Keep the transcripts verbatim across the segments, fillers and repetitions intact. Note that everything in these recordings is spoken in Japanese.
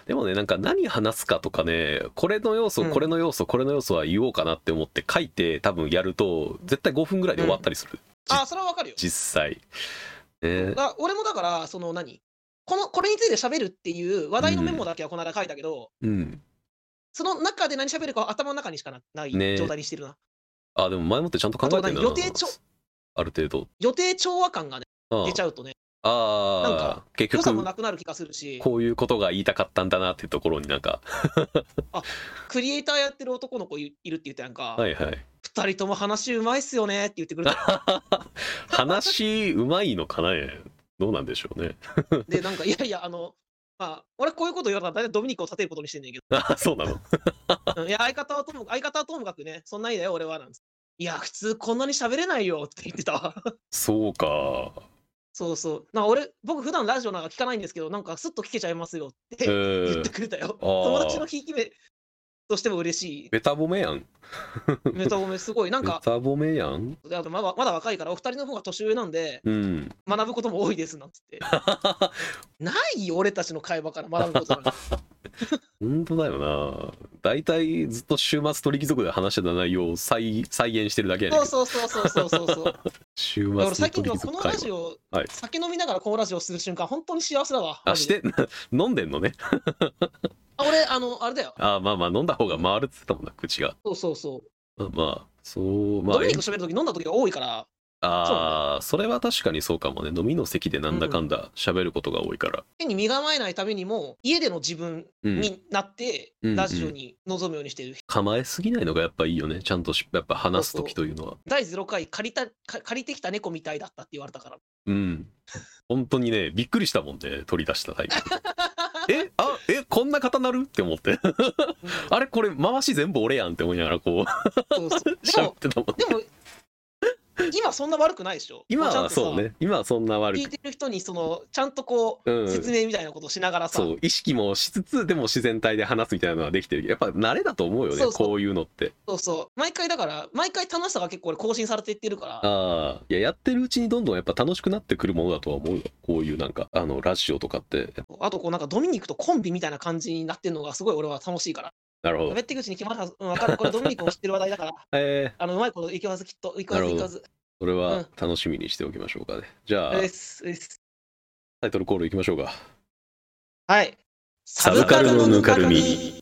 でもね、なんか何話すかとかね、これの要素、 うんこれの要素、これの要素は言おうかなって思って書いて多分やると絶対ごふんぐらいで終わったりする、 あ、それはわかるよ。 実際ね。 だ俺もだからその何このこれについて喋るっていう話題のメモだけはこの間書いたけど、 うんその中で何喋るかは頭の中にしかなないね状態にしてるな。 あ、でも前もってちゃんと考えてるな。 あと何予定調ある程度予定調和感がねあ出ちゃうとね、 あなんかー結良さも局なくなる気がするし、 こういうことが言いたかったんだなっていうところになんかあ、クリエイターやってる男の子いいるって言ってなんか、 はいはい二人とも話うまいっすよねって言ってくれた。 話うまいのかな、どうなんでしょうね。 で、なんか、いやいや、あの、まあ、俺こういうこと言われたら大体ドミニクを立てることにしてんねんけあ、そうなの。 ど、うんいや、相方はとも相方はともかくね、そんないいだよ、俺はなんつって。いや、普通こんなに喋れないよって言ってたわ。 そうか。 そうそう。なんか俺、僕普段ラジオなんか聞かないんですけど、なんかスッと聞けちゃいますよってえー言ってくれたよ。 あー友達のひいき目としても嬉しい。 ベタ褒めやん。 メタボメすごい。なんか、 ベタ褒めやん。 あとまだまだ若いからお二人の方が年上なんで、 うん。 学ぶことも多いですなんつって。ないよ、俺たちの会話から学ぶことなんか。 本当だよな。大体ずっと週末鳥貴族で話してた内容を再再現してるだけやねんけど。 そうそうそうそうそうそうそう。 週末だからの鳥最近はこの貴族会話。 ラジオ、 はい酒飲みながらこのラジオする瞬間、本当に幸せだわ。 あ、 マジでして飲んでんのね。 あ俺、あの、あれだよ。 あ、まあまあ飲んだ方が回るって言ってたもんな、口が。 そうそうそう。 まあ、まあ、そう、まあドミニク喋るとき飲んだときが多いから、 ああ、それは確かにそうかもね。飲みの席でなんだかんだ喋ることが多いから。 変に身構えないためにも、家での自分うん。 になって、 うんラジオに臨むようにしてる。 構えすぎないのがやっぱいいよね。ちゃんとしやっぱ話す時というのは。 だいゼロかい借りたか借りてきた猫みたいだったって言われたから。 うん。本当にね、びっくりしたもんね。取り出したタイプ。えあえこんな方なるって思って。あれこれ回し全部俺やんって思いながらこうそうそうで喋もってたもん。 でも今そんな悪くないでしょ。 今はちゃんとさそうね。今はそんな悪く。 聞いてる人にそのちゃんとこう、 うん説明みたいなことをしながらさ、 そう意識もしつつでも自然体で話すみたいなのはできてる。やっぱ慣れだと思うよね。 そうそうこういうのって。 そうそう毎回だから毎回楽しさが結構俺更新されていってるから。 ああ、いややってるうちにどんどんやっぱ楽しくなってくるものだとは思うよ。こういうなんかあのラジオとかって。 あとこうなんかドミニクとコンビみたいな感じになってるのがすごい俺は楽しいから。 なるほど。 喋っていくうちに決まるはず。うん、分かる。これドミニクも知ってる話題だから。 えー、 あのうまいこといきますきっと。いきますなるほどいきます。 それはうん楽しみにしておきましょうかね。じゃあ、 うっすうっすタイトルコールいきましょうか。 はい。 サブカルのぬかるみ。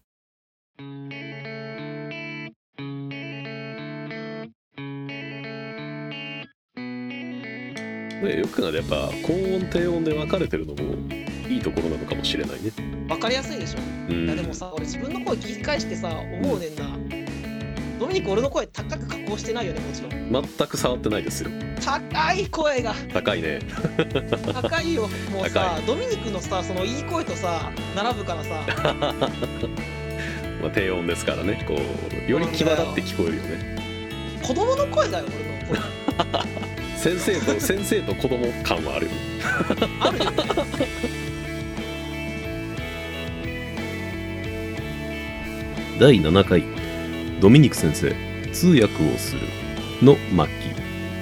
ね、よくなるやっぱ高音低音で分かれてるのもいいところなのかもしれないね。 分かりやすいでしょ。 うんいやでもさ、俺自分の声聞き返してさ、思うねんな。ドミニク俺の声高く加工してないよね、もちろん。 全く触ってないですよ。 高い声が。 高いね。 高いよ。もう高さ、ドミニクのさ、そのいい声とさ、並ぶからさ。 まあ低音ですからね。こうより際立って聞こえるよね。 子供の声だよ、俺の声。 先生と先生と子供感はあるよね。 あるよね。 だいななかいドミニク先生通訳をするの末期。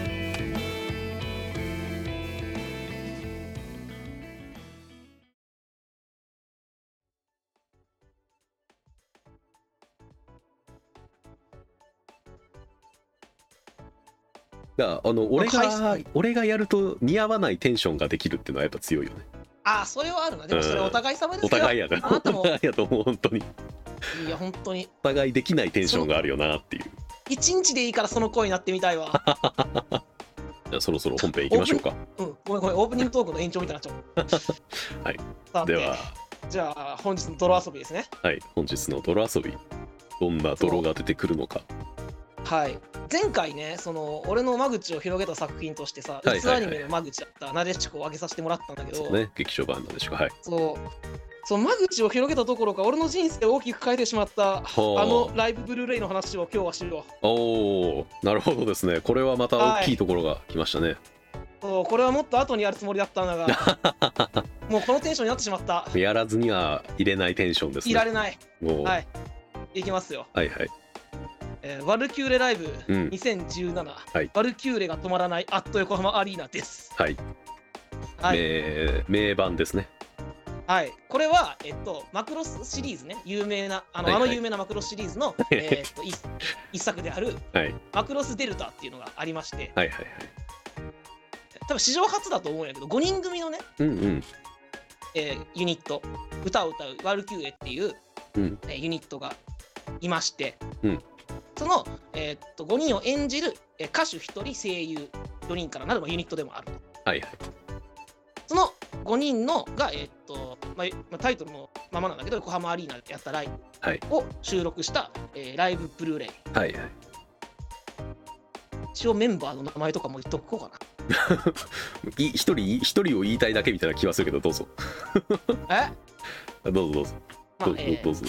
だからあの俺が俺がやると似合わないテンションができるっていうのはやっぱ強いよね。 ああ、それはあるな。でもそれはお互い様ですよ。 お互いやだ。 あなたもお互いやと思う本当に。 いや、本当に。 お互いできないテンションがあるよなっていう。 一日でいいからその声になってみたいわ。 じゃあそろそろ本編いきましょうか。 うん、ごめんごめん、オープニングトークの延長みたいになっちゃう。 はい。 さてでは、 じゃあ本日の泥遊びですね。 はい、本日の泥遊び、どんな泥が出てくるのか。 はい。前回ね、その俺の間口を広げた作品としてさ、 はいはいはいうつアニメの間口だったなでしこを挙げさせてもらったんだけど、 そうね、劇場版なんでしょうか。はい。 そうその間口を広げたところか、俺の人生を大きく変えてしまったあほうのライブブルーレイの話を今日はしよう。 おお、なるほどですね。これはまた大きいところが来ましたね。 そうこれはもっと後にやるつもりだったんだが、もうこのテンションになってしまった。 やらずには入れないテンションですね。 いられない。 もう、は、 はいい。いきますよ。 はいはい。 えー、ワルキューレライブうんにせんじゅうなな、 はいワルキューレが止まらないアット横浜アリーナです。 はい。 はい。 名名盤ですね。 はい、これは、えっと、マクロスシリーズね、有名な、あの、 はいはいあの有名なマクロスシリーズの、えっと、一一作である、 はいマクロスデルタっていうのがありまして、 はいはいはい。 多分史上初だと思うんやけど、ごにん組のね、 うんうんえーユニット、歌を歌うワルキューレっていう、 うんえーユニットがいまして、 うんその、えーっとごにんを演じる、えー歌手ひとり、声優よにんからなる、まあ、ユニットでもあると。 はいはい。 そのごにんのが、えーっとまあまあ、タイトルのままなんだけど、横浜アリーナでやったライはいブを収録した、えーライブブルーレイ。 はいはい。 一応メンバーの名前とかも言っとこうかい一人一人を言いたいだけみたいな気はするけど、どうぞ。 な。えどうぞどうぞ。 まあ、 どうぞえーどうぞ。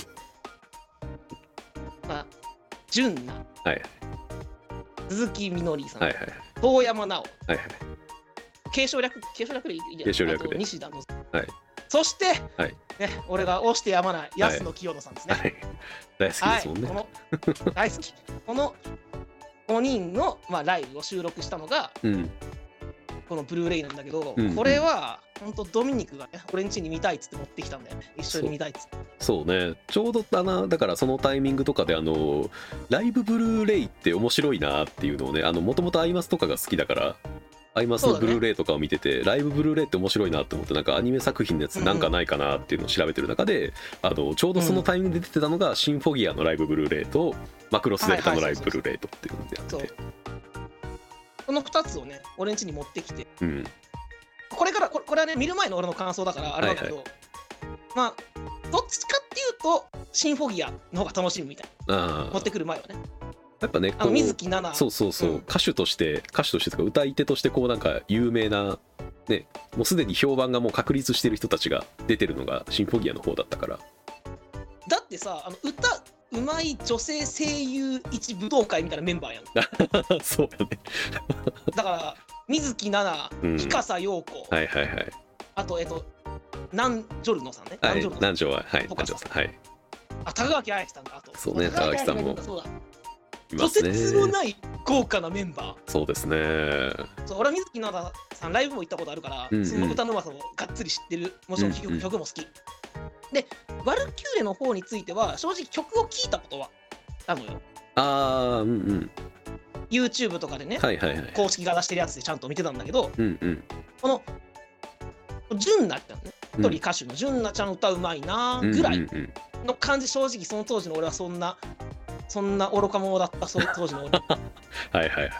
まあ、純奈、 はい鈴木みのりさん、 はいはい遠山奈緒、 はいはい。 継承略、継承略でいいじゃん。 継承略であと西田の、 はいそして、 はいね、俺が推してやまない安野清野さんですね。 はい。大好きですもんね。 はい、この大好き。このごにんの、まあ、ライブを収録したのが、 うんこのブルーレイなんだけど、 うんうんこれは本当ドミニクがね、俺ん家に見たいっつって持ってきたんだよね。一緒に見たいっつって。 そうね。ちょうどだな、だからそのタイミングとかであのライブブルーレイって面白いなっていうのをね、あのもともとアイマスとかが好きだからアイマスのブルーレイとかを見てて、ね、ライブブルーレイって面白いなって思って、なんかアニメ作品のやつなんかないかなっていうのを調べてる中で、うん、あのちょうどそのタイミングで出てたのが、うん、シンフォギアのライブブルーレイとマクロスデルタのライブブルーレイとっていうのでやってて、 このふたつをね俺ん家に持ってきて、 うん、 これからこれこれはね見る前の俺の感想だからあれだけど、はいはい、まあどっちかっていうとシンフォギアの方が楽しみみたいな、持ってくる前はねやっぱね、こうあの水木奈々、 そうそうそう、うん、歌手として歌手としてとか歌い手としてこうなんか有名なね、もうすでに評判がもう確立してる人たちが出てるのがシンフォギアの方だったから。 だってさ、あの歌うまい女性声優一武道会みたいなメンバーやんそうだねだから水木奈々、日笠陽子、 はいはいはい、 あとえっと南ジョルノさんね、 はい、南條ははい南條さん、はい、 あ高垣彩さんがあとそうね、高垣さんもそうだいますね、 とてつもない豪華なメンバー。 そうですね。 そう俺は水木奈々さんライブも行ったことあるから、うんうん、その歌のうまさをがっつり知ってる、もちろん曲、うんうん、曲も好きで、ワルキューレの方については正直曲を聴いたことはあるのよ。 あー、うんうん、 YouTube とかでね、 はいはいはい、 公式が出してるやつでちゃんと見てたんだけど、 うんうん、この純奈ちゃんね、一、うん、人歌手の純奈ちゃん歌うまいなぐらいの感じ、正直その当時の俺はそんなそんな愚か者だった、その当時の俺はいはいはい。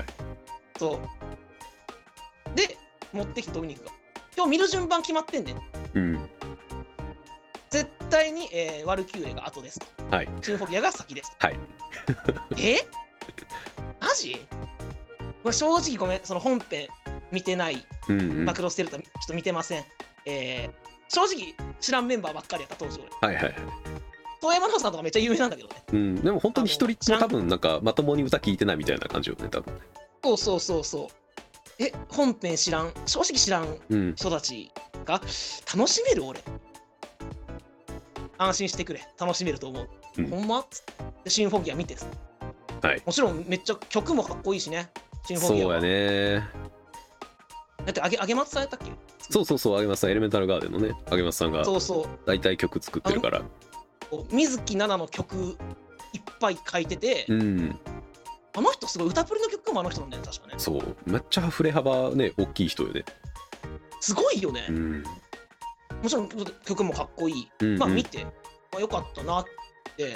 そうで持ってきたドミニクが今日見る順番決まってんねん、 うん、 絶対に、えー、ワルキューレが後ですと、 はい、 シンフォギアが先ですはいえマジこれ正直ごめん、その本編見てない、うんうん、マクロステルタちょっと見てません、えー、正直知らんメンバーばっかりやった当時俺。 はいはいはい。 遠山奈緒さんとかめっちゃ有名なんだけどね。 うん、でも本当に一人も多分なんかまともに歌聞いてないみたいな感じよね、多分。 そうそうそうそう。え、本編知らん、正直知らん人たちが楽しめる俺。安心してくれ、楽しめると思う。うん、ほんまでシンフォギア見てさ。 はい。 もちろんめっちゃ曲もかっこいいしね、シンフォギアは。 そうやね。 だってあげ、あげ松さんやったっけ？ そうそうそう、あげ松さん、エレメンタルガーデンのね、あげ松さんが大体曲作ってるから。 水木奈々の曲いっぱい書いてて、うん、あの人すごい歌プリの曲もあの人なんだよね、確かね。 そう、めっちゃ振れ幅ね、大きい人よね。 すごいよね。うん、もちろん曲もかっこいい。うんうん、まあ見て、まあ、よかったなって。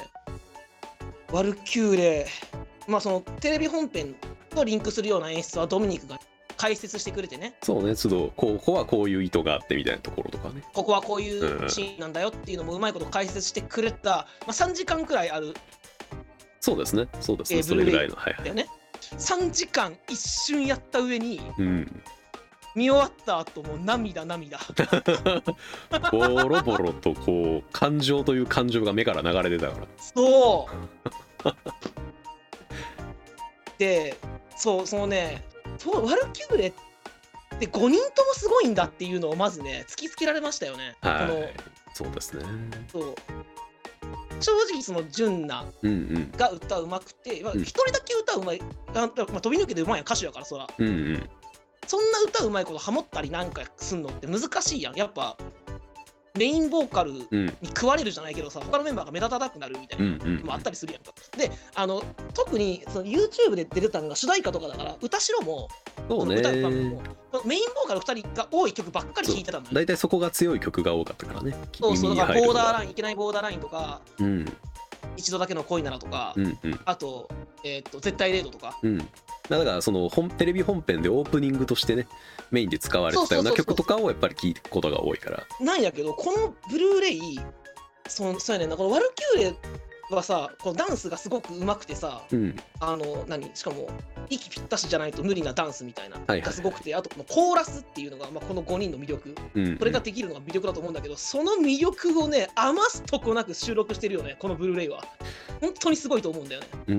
ワルキューレ、まあそのテレビ本編とリンクするような演出はドミニクが解説してくれてね。 そうね、都度ここはこういう意図があってみたいなところとかね、 ここはこういうシーンなんだよっていうのもうまいこと解説してくれた、まあ、さんじかんくらいある。 そうですね、そうですね、それぐらいの、はいはい、 だよね。さんじかん一瞬やった上に、 うん、 見終わった後も涙涙ボロボロとこう感情という感情が目から流れてたから。 そうで、そうそのね、そうワルキューレってごにんともすごいんだっていうのをまずね突きつけられましたよね。 はい、 このそうですね。 そう正直その純奈が歌うまくて、一、うんうん、人だけ歌うまい、まあ、飛び抜けてうまいやん、歌手やからそら、 うんうん、 そんな歌うまいことハモったりなんかすんのって難しいやん。やっぱメインボーカルに食われるじゃないけどさ、うん、他のメンバーが目立たなくなるみたいなのもあったりするやんか。で、あの特にその YouTube で出てたのが主題歌とかだから、歌しろもそうね、 歌もメインボーカルふたりが多い曲ばっかり聴いてたんだよ。 大体そこが強い曲が多かったからね。 そうそう、だからボーダーライン、いけないボーダーラインとか、 うん、 一度だけの恋ならとか、 うんうん、 あと、えー、と絶対零度とか、 うん、だからその本テレビ本編でオープニングとしてねメインで使われてたような曲とかをやっぱり聴くことが多いから。 なんやけどこのブルーレイ、そそうやねんな、このワルキューレはさ、このダンスがすごく上手くてさ、うん、あの何しかも息ぴったしじゃないと無理なダンスみたいながすごくて、はいはい、あとこのコーラスっていうのが、まあ、このごにんの魅力、うんうん、これができるのが魅力だと思うんだけど、その魅力をね余すとこなく収録してるよね、このブルーレイは。本当にすごいと思うんだよね。 うん、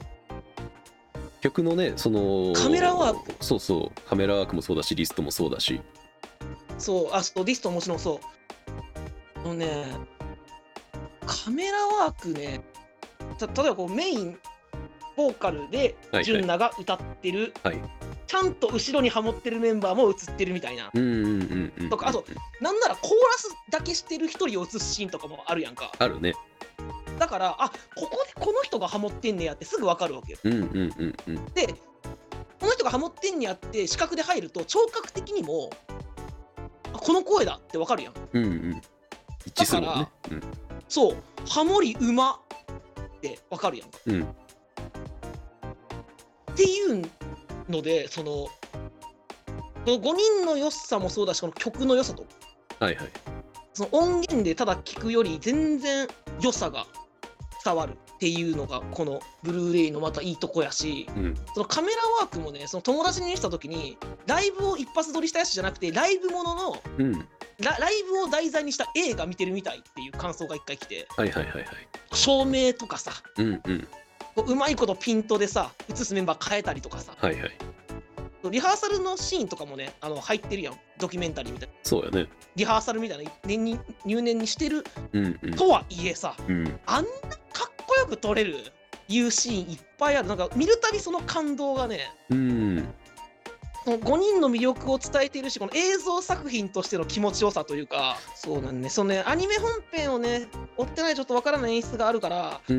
曲のね、そのカメラワーク、 そうそう、カメラワークもそうだしリストもそうだし、 そう、あ、そう、リストももちろんそう。あのね、カメラワークね、た例えばこうメインボーカルで純奈が歌ってる、はいはい、ちゃんと後ろにハモってるメンバーも映ってるみたいな、とか、あとなんならコーラスだけしてる一人を映すシーンとかもあるやんか。 あるね。 だからあ、ここでこの人がハモってんねやってすぐ分かるわけよ。 うんうんうんうん、でこの人がハモってんねやって視覚で入ると聴覚的にもこの声だって分かるやん。 うんうん、一致するもんね。 だから、うん、そうハモリうまって分かるやんか、うん、っていうので、そのこのごにんの良さもそうだし、この曲の良さと、 はいはい、 その音源でただ聴くより全然良さが伝わるっていうのがこのブルーレイのまたいいとこやし、うん、そのカメラワークもね、その友達に見せた時にライブを一発撮りしたやつじゃなくてライブものの、うん、ラ, ライブを題材にした映画見てるみたいっていう感想が一回来て、 はいはいはいはい、 照明とかさ、 うんうん、 こう、うまいことピントでさ映すメンバー変えたりとかさ、 はいはい、 リハーサルのシーンとかもね、あの入ってるやん、ドキュメンタリーみたいな。 そうやね。 リハーサルみたいな年に入念にしてる、うんうん、とはいえさ、うん、あんなかっこよく撮れるいうシーンいっぱいある。なんか見るたびその感動がね、うん、ごにんの魅力を伝えているし、この映像作品としての気持ちよさというか、そうなんね、そのね、アニメ本編をね追ってないちょっとわからない演出があるから、うん、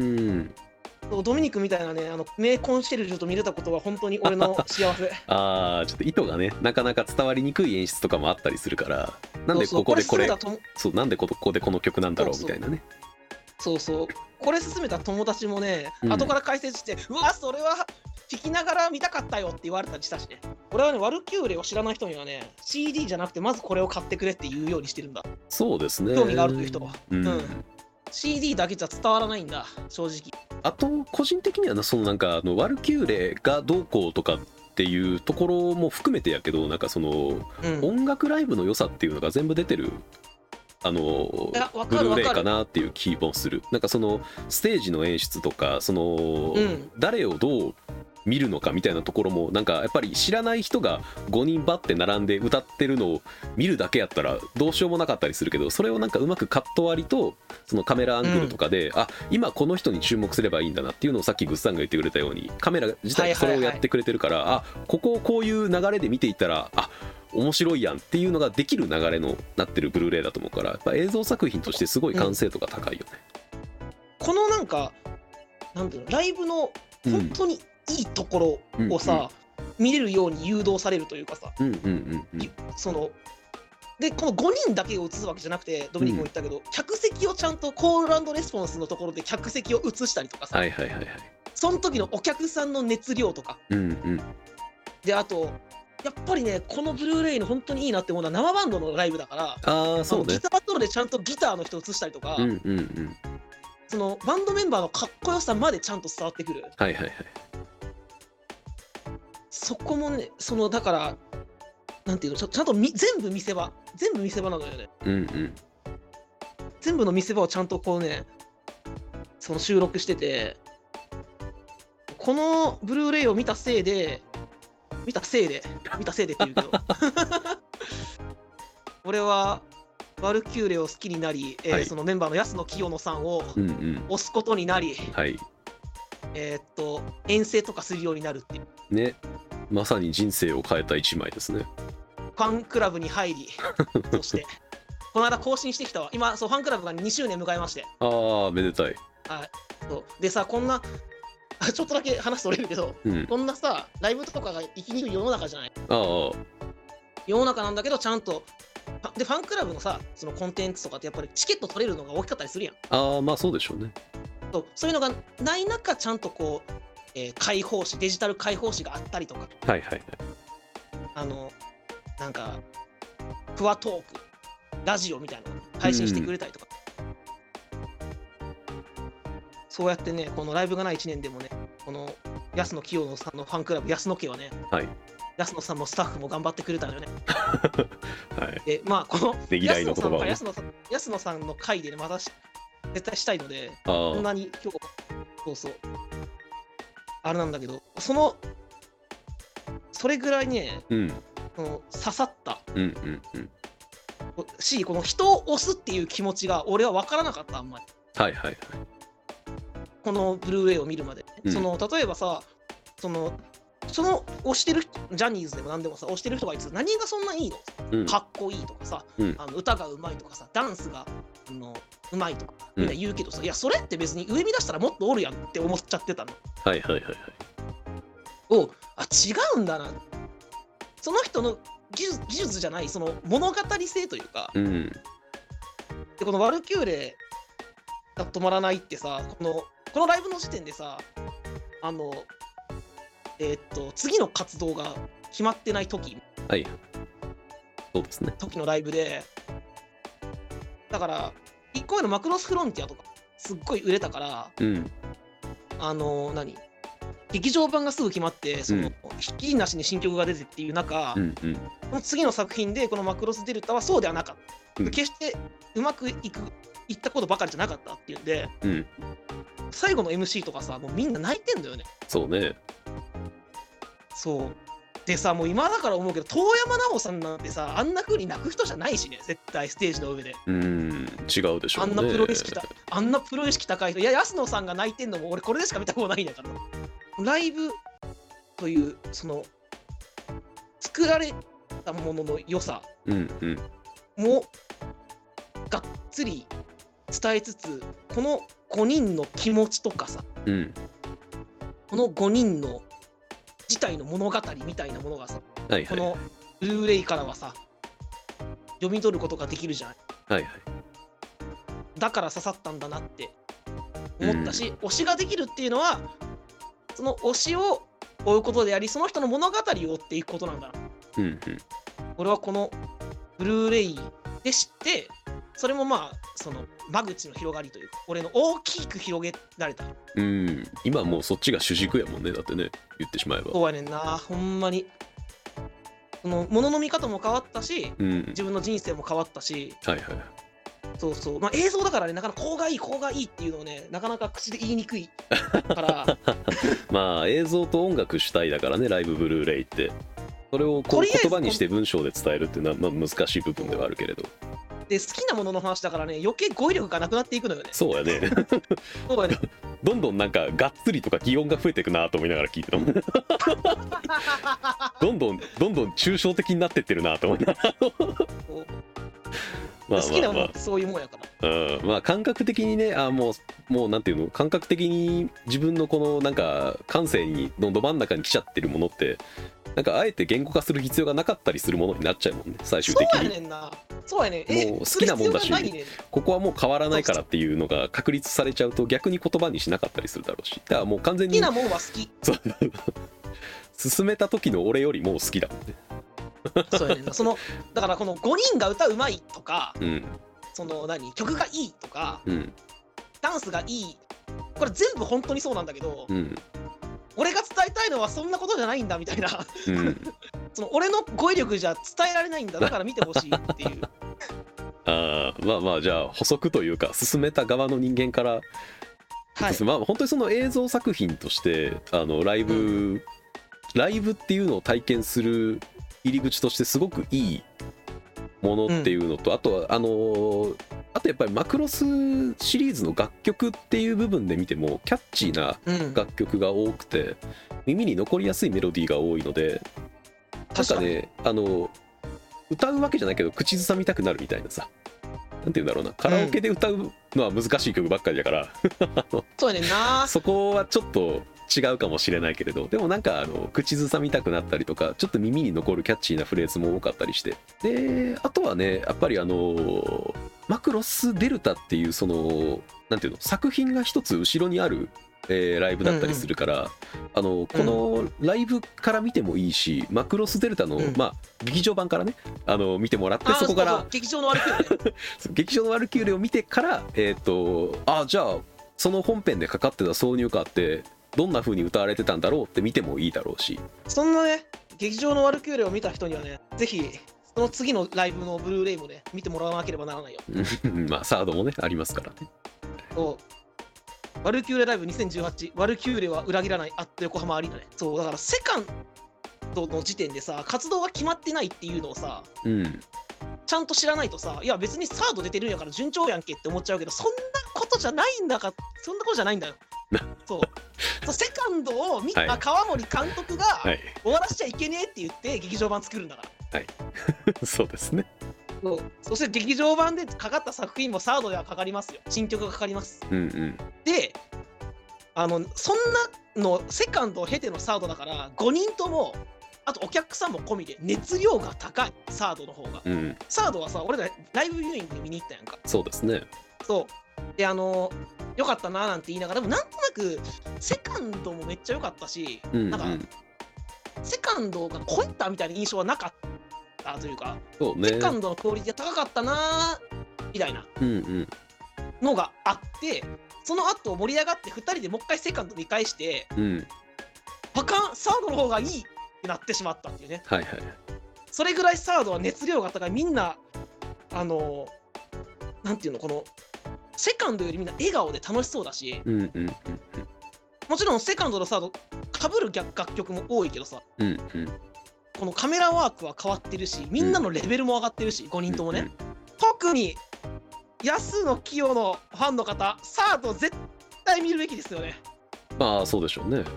ドミニクみたいなね、あの名コンシェルジュと見れたことは本当に俺の幸せ。 ああ、ちょっと意図がね、なかなか伝わりにくい演出とかもあったりするから、なんでここでこれ、そう、なんでここでこの曲なんだろうみたいなね。 そうそう、これ進めた友達もね、うん、後から解説してうわそれは聴きながら見たかったよって言われたりしたしね。俺はね、ワルキューレを知らない人にはね シーディー じゃなくてまずこれを買ってくれって言うようにしてるんだ。 そうですね、 興味があるという人は、うん、うん、シーディー だけじゃ伝わらないんだ正直。 あと個人的にはな、そのなんかあのワルキューレがどうこうとかっていうところも含めてやけど、なんかその、うん、音楽ライブの良さっていうのが全部出てるあのブルーレイかなっていう気もする。なんかそのステージの演出とか、その、うん、誰をどう見るのかみたいなところも、なんかやっぱり知らない人がごにんバッて並んで歌ってるのを見るだけやったらどうしようもなかったりするけど、それをなんかうまくカット割りとそのカメラアングルとかで、うん、あ、今この人に注目すればいいんだなっていうのをさっきグッさんが言ってくれたように、カメラ自体がそれをやってくれてるから、はいはいはい、あ、ここをこういう流れで見ていったら、あ、面白いやんっていうのができる流れのなってるブルーレイだと思うから、やっぱ映像作品としてすごい完成度が高いよね、 うん、このなんかなんていうの、ライブの本当にいいところをさ、うんうん、見れるように誘導されるというかさ、うんうんうんうん、そのでこのごにんだけを映すわけじゃなくて、ドミニクも言ったけど、うん、客席をちゃんとコール&レスポンスのところで客席を映したりとかさ、はいはいはいはい、その時のお客さんの熱量とか、うんうん、であとやっぱりね、このブルーレイの本当にいいなって思うのは生バンドのライブだから、 あ、そうね、 ギターバトルでちゃんとギターの人を映したりとか、うんうんうん、そのバンドメンバーのかっこよさまでちゃんと伝わってくる、はいはいはい、そこもね、そのだからなんていうの、ちゃんとみ全部見せ場全部見せ場なのよね、うんうん、全部の見せ場をちゃんとこうね、その収録してて、このブルーレイを見たせいで見たせいで見たせいでって言うけど俺はワルキューレを好きになり、えーはい、そのメンバーの安野清野さんを推すことになり、うんうん、はい、えー、っと遠征とかするようになるっていうね、まさに人生を変えた一枚ですね。 ファンクラブに入りそしてこの間更新してきたわ。今そうファンクラブがにしゅうねん迎えまして。 ああめでたい。 はい。そうでさ、こんなちょっとだけ話それるけど、うん、こんなさライブとかが生きにくい世の中じゃない。 ああ世の中なんだけど、ちゃんとでファンクラブのさそのコンテンツとかってやっぱりチケット取れるのが大きかったりするやん。 ああまあそうでしょうね。 そうそういうのがない中、ちゃんとこう、えー、開放誌デジタル開放誌があったりとか、 はいはいはい、あのなんかプアトークラジオみたいなの配信してくれたりとか、うん、そうやってね、このライブがないいちねんでもね、この安野清野さんのファンクラブ安野家はね、 はい、 安野さんもスタッフも頑張ってくれたのよね。 はい、 でまあこのねぎらいの言葉をね、 安野さん安野さんの回でねまた絶対したいので、こんなに今日そうそうあれなんだけど、そのそれぐらいね、 うん、 その刺さった、 うんうんうん、 し、この人を押すっていう気持ちが俺は分からなかった、あんまり。 はいはいはい。 このブルーレイを見るまで、うん、その例えばさ、そのその推してる人、ジャニーズでも何でもさ、推してる人がいつ何がそんないいの、うん、かっこいいとかさ、うん、あの歌がうまいとかさ、ダンスがあのうまいとかみんな言うけどさ、うん、いやそれって別に上見出したらもっとおるやんって思っちゃってたの。 はいはいはいはい。 おあ違うんだな、その人の技術、技術じゃないその物語性というか、 うん、 でこのワルキューレが止まらないってさ、このこのライブの時点でさ、あのえー、っと次の活動が決まってない時、 はい、そうですね。 時のライブで、だからいっこめのマクロスフロンティアとかすっごい売れたから、 うん、 あの何劇場版がすぐ決まって、その、うん、ひっきりなしに新曲が出てっていう中、 うんうん、 この次の作品でこのマクロスデルタはそうではなかった、うん、決してうまくいくいったことばかりじゃなかったっていうんで、 うん、 最後の エムシー とかさ、もうみんな泣いてんだよね。 そうね。 そうでさ、もう今だから思うけど、遠山奈緒さんなんてさ、あんな風に泣く人じゃないしね、絶対ステージの上で。 うーん、違うでしょうね。 あんなプロ意識たあんなプロ意識高い人、いや安野さんが泣いてんのも俺これでしか見たことないんだから。ライブというその作られたものの良さもがっつり伝えつつ、このごにんの気持ちとかさ、 うん、 このごにんの自体の物語みたいなものがさ、 はいはい、 このブルーレイからはさ読み取ることができるじゃない。 はいはい、 だから刺さったんだなって思ったし、うん、推しができるっていうのはその推しを追うことであり、その人の物語を追っていくことなんだな、 うんうん、 俺はこのブルーレイで知って、それもまあその間口の広がりというか、俺の大きく広げられた。 うん、今もうそっちが主軸やもんね、だってね、言ってしまえば。 そうやねんな、ほんまにその物の見方も変わったし、うん、自分の人生も変わったし、 はいはい、 そうそう、まあ映像だからね、なかなかこうがいいこうがいいっていうのをね、なかなか口で言いにくいからまあ映像と音楽主体だからね、ライブブルーレイって。それをこう言葉にして文章で伝えるっていうのはまあ難しい部分ではあるけれど、 で好きなものの話だからね、余計語彙力がなくなっていくのよね。 そうやねそうやねどんどんなんかがっつりとか擬音が増えていくなと思いながら聞いてたもんどんどんどんどん抽象的になってってるなと思いながらまあ好きなものってそういうもんやから、 うん、まあ感覚的にね、あもうもうなんていうの、感覚的に自分のこのなんか感性にのど真ん中に来ちゃってるものって、なんかあえて言語化する必要がなかったりするものになっちゃうもんね、最終的に。 そうやねんな、そうやねん、 もう好きなもんだし、ここはもう変わらないからっていうのが確立されちゃうと逆に言葉にしなかったりするだろうし、だからもう完全に好きなもんは好き進めた時の俺よりもう好きだもんねそうやねんな、そのだからこのごにんが歌うまいとか、 うん、 その何曲がいいとか、 うん、 ダンスがいい、これ全部本当にそうなんだけど、 うん、俺が伝えたいのはそんなことじゃないんだみたいな、 うん、 その俺の語彙力じゃ伝えられないんだ、だから見てほしいっていうあまあまあ、じゃあ補足というか進めた側の人間から、はい、まあ本当にその映像作品としてあのライブ、うん、ライブっていうのを体験する入り口としてすごくいいものっていうのと、うん、あとはあのー、あとやっぱりマクロスシリーズの楽曲っていう部分で見てもキャッチーな楽曲が多くて、うん、耳に残りやすいメロディーが多いので、なんかね、あの歌うわけじゃないけど口ずさみたくなるみたいなさ、 なんていうんだろうな、カラオケで歌うのは難しい曲ばっかりだから、うん、 そうやねんな。 そこはちょっと違うかもしれないけれど、でもなんかあの口ずさみたくなったりとか、ちょっと耳に残るキャッチーなフレーズも多かったりして、であとはねやっぱりあのマクロスデルタっていうそのなんていうの作品が一つ後ろにある、えー、ライブだったりするから、うんうん、あのこのライブから見てもいいし、マクロスデルタの、うん、まあ劇場版からねあの見てもらって、そこからそうそう劇場のワルキューレ劇場のワルキューレを見てからえっ、ー、とあじゃあその本編でかかってた挿入歌ってどんな風に歌われてたんだろうって見てもいいだろうし、 そんなね劇場のワルキューレを見た人にはねぜひその次のライブのブルーレイもね見てもらわなければならないよまあサードもねありますからね。 そうワルキューレライブにせんじゅうはち、ワルキューレは裏切らないアット横浜アリーナね。そうだからセカンドの時点でさ活動が決まってないっていうのをさ、うん、ちゃんと知らないとさ、いや別にサード出てるんやから順調やんけって思っちゃうけど、そんなことじゃないんだか、そんなことじゃないんだよそうそうセカンドを見た川森監督が、はい、終わらせちゃいけねえって言って劇場版作るんだからはいそうですね。 そうそして劇場版でかかった作品もサードではかかりますよ。新曲がかかります、うんうん、であのそんなのセカンドを経てのサードだからごにんともあとお客さんも込みで熱量が高いサードの方が、うん、サードはさ俺らライブビューイングで見に行ったやんか。 そうですね。 そうであのよかったななんて言いながら、でもなんとなくセカンドもめっちゃ良かったし、うんうん、なんかセカンドが超えたみたいな印象はなかったというか、そうね、セカンドのクオリティが高かったなみたいなのがあって、うんうん、その後盛り上がってふたりでもう一回セカンド見返して、うん、バカンサードの方がいいってなってしまったっていうね、はいはい、それぐらいサードは熱量が高い。みんなあのなんていうの、このセカンドよりみんな笑顔で楽しそうだし、うんうんうんうん、もちろんセカンドとサード被る楽曲も多いけどさ、うんうん、このカメラワークは変わってるし、みんなのレベルも上がってるし、うん、ごにんともね、うんうん、特に安野清のファンの方、サード絶対見るべきですよね。 まあそうでしょうね。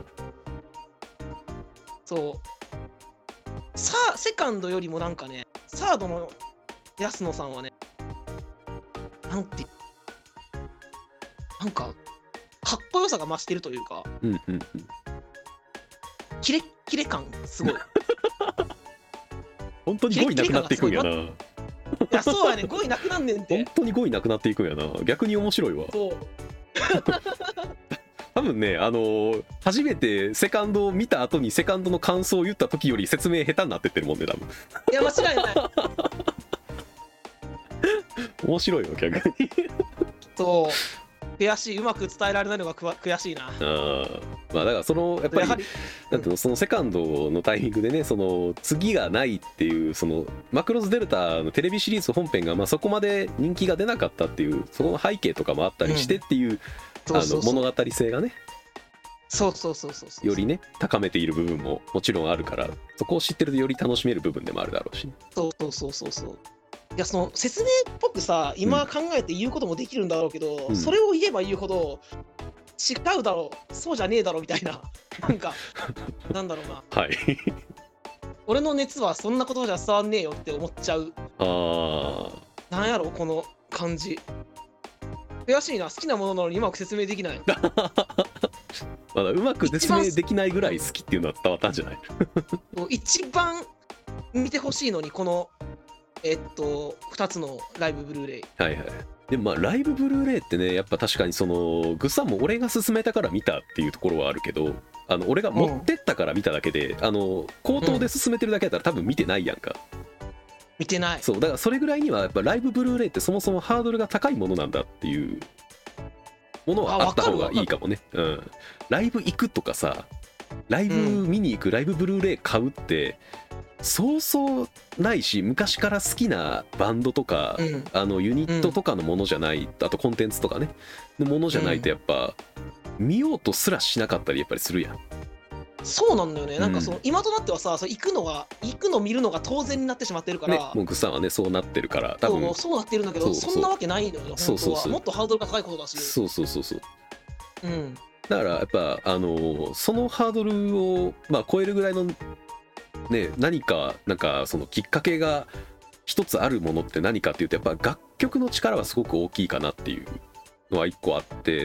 そうさあセカンドよりもなんかね、サードの安野さんはね、なんてなんかかっこよさが増してるというか、うんうんうん、キレッキレ感すごい本当にごいなくなっていくんやな。いやそうやね、ごいなくなんねんって。 本当にごいなくなっていくんやな。逆に面白いわ。そう多分ね、あのー、初めてセカンドを見た後にセカンドの感想を言った時より説明下手になってってるもんね、多分。 いや間違いない面白いよ逆にそう悔しい、うまく伝えられないのが悔しいな。 あ、まあだからそのやっぱり、やはりなんていうの、そのセカンドのタイミングでね、その次がないっていう、そのマクロスデルタのテレビシリーズ本編がまあそこまで人気が出なかったっていう、その背景とかもあったりしてっていう、うん、あの物語性がね、 そうそうそうそうよりね高めている部分ももちろんあるから、そこを知ってるとより楽しめる部分でもあるだろうし、ね、 そうそうそうそうそう。いやその説明っぽくさ今考えて言うこともできるんだろうけど、うん、それを言えば言うほど違うだろう、そうじゃねえだろみたいな、なんかなんだろうな、はい俺の熱はそんなことじゃ伝わんねえよって思っちゃう。あなんやろこの感じ、悔しいな。好きなものなのにうまく説明できないまだうまく説明できないぐらい好きっていうのは伝わったんじゃない一番見てほしいのにこのえっとふたつのライブブルーレイ、 はいはい。でもまあライブブルーレイってね、やっぱ確かにそのグッサンも俺が勧めたから見たっていうところはあるけど、あの俺が持ってったから見ただけで、うん、あの口頭で勧めてるだけだったら多分見てないやんか。 見てない。 そうだからそれぐらいにはやっぱライブブルーレイってそもそもハードルが高いものなんだっていうものはあった方がいいかもね。うん、ライブ行くとかさ、ライブ見に行く、うん、ライブブルーレイ買うってそうそうないし、昔から好きなバンドとか、うん、あのユニットとかのものじゃない、うん、あとコンテンツとかねのものじゃないとやっぱ、うん、見ようとすらしなかったりやっぱりするやん。 そうなんだよね、うん、なんかその今となってはさ、そ行くのが行くの見るのが当然になってしまってるから、 ね、もうグッサンはねそうなってるから多分そうそうなってるんだけど、そうそうそんなわけないのよ本当は。そうそうそう、もっとハードルが高いことだし。 そうそうそうそう、うん、だからやっぱあのそのハードルを、まあ、超えるぐらいのね、何かなんかそのきっかけが一つあるものって何かっていうと、やっぱ楽曲の力はすごく大きいかなっていうのは一個あって、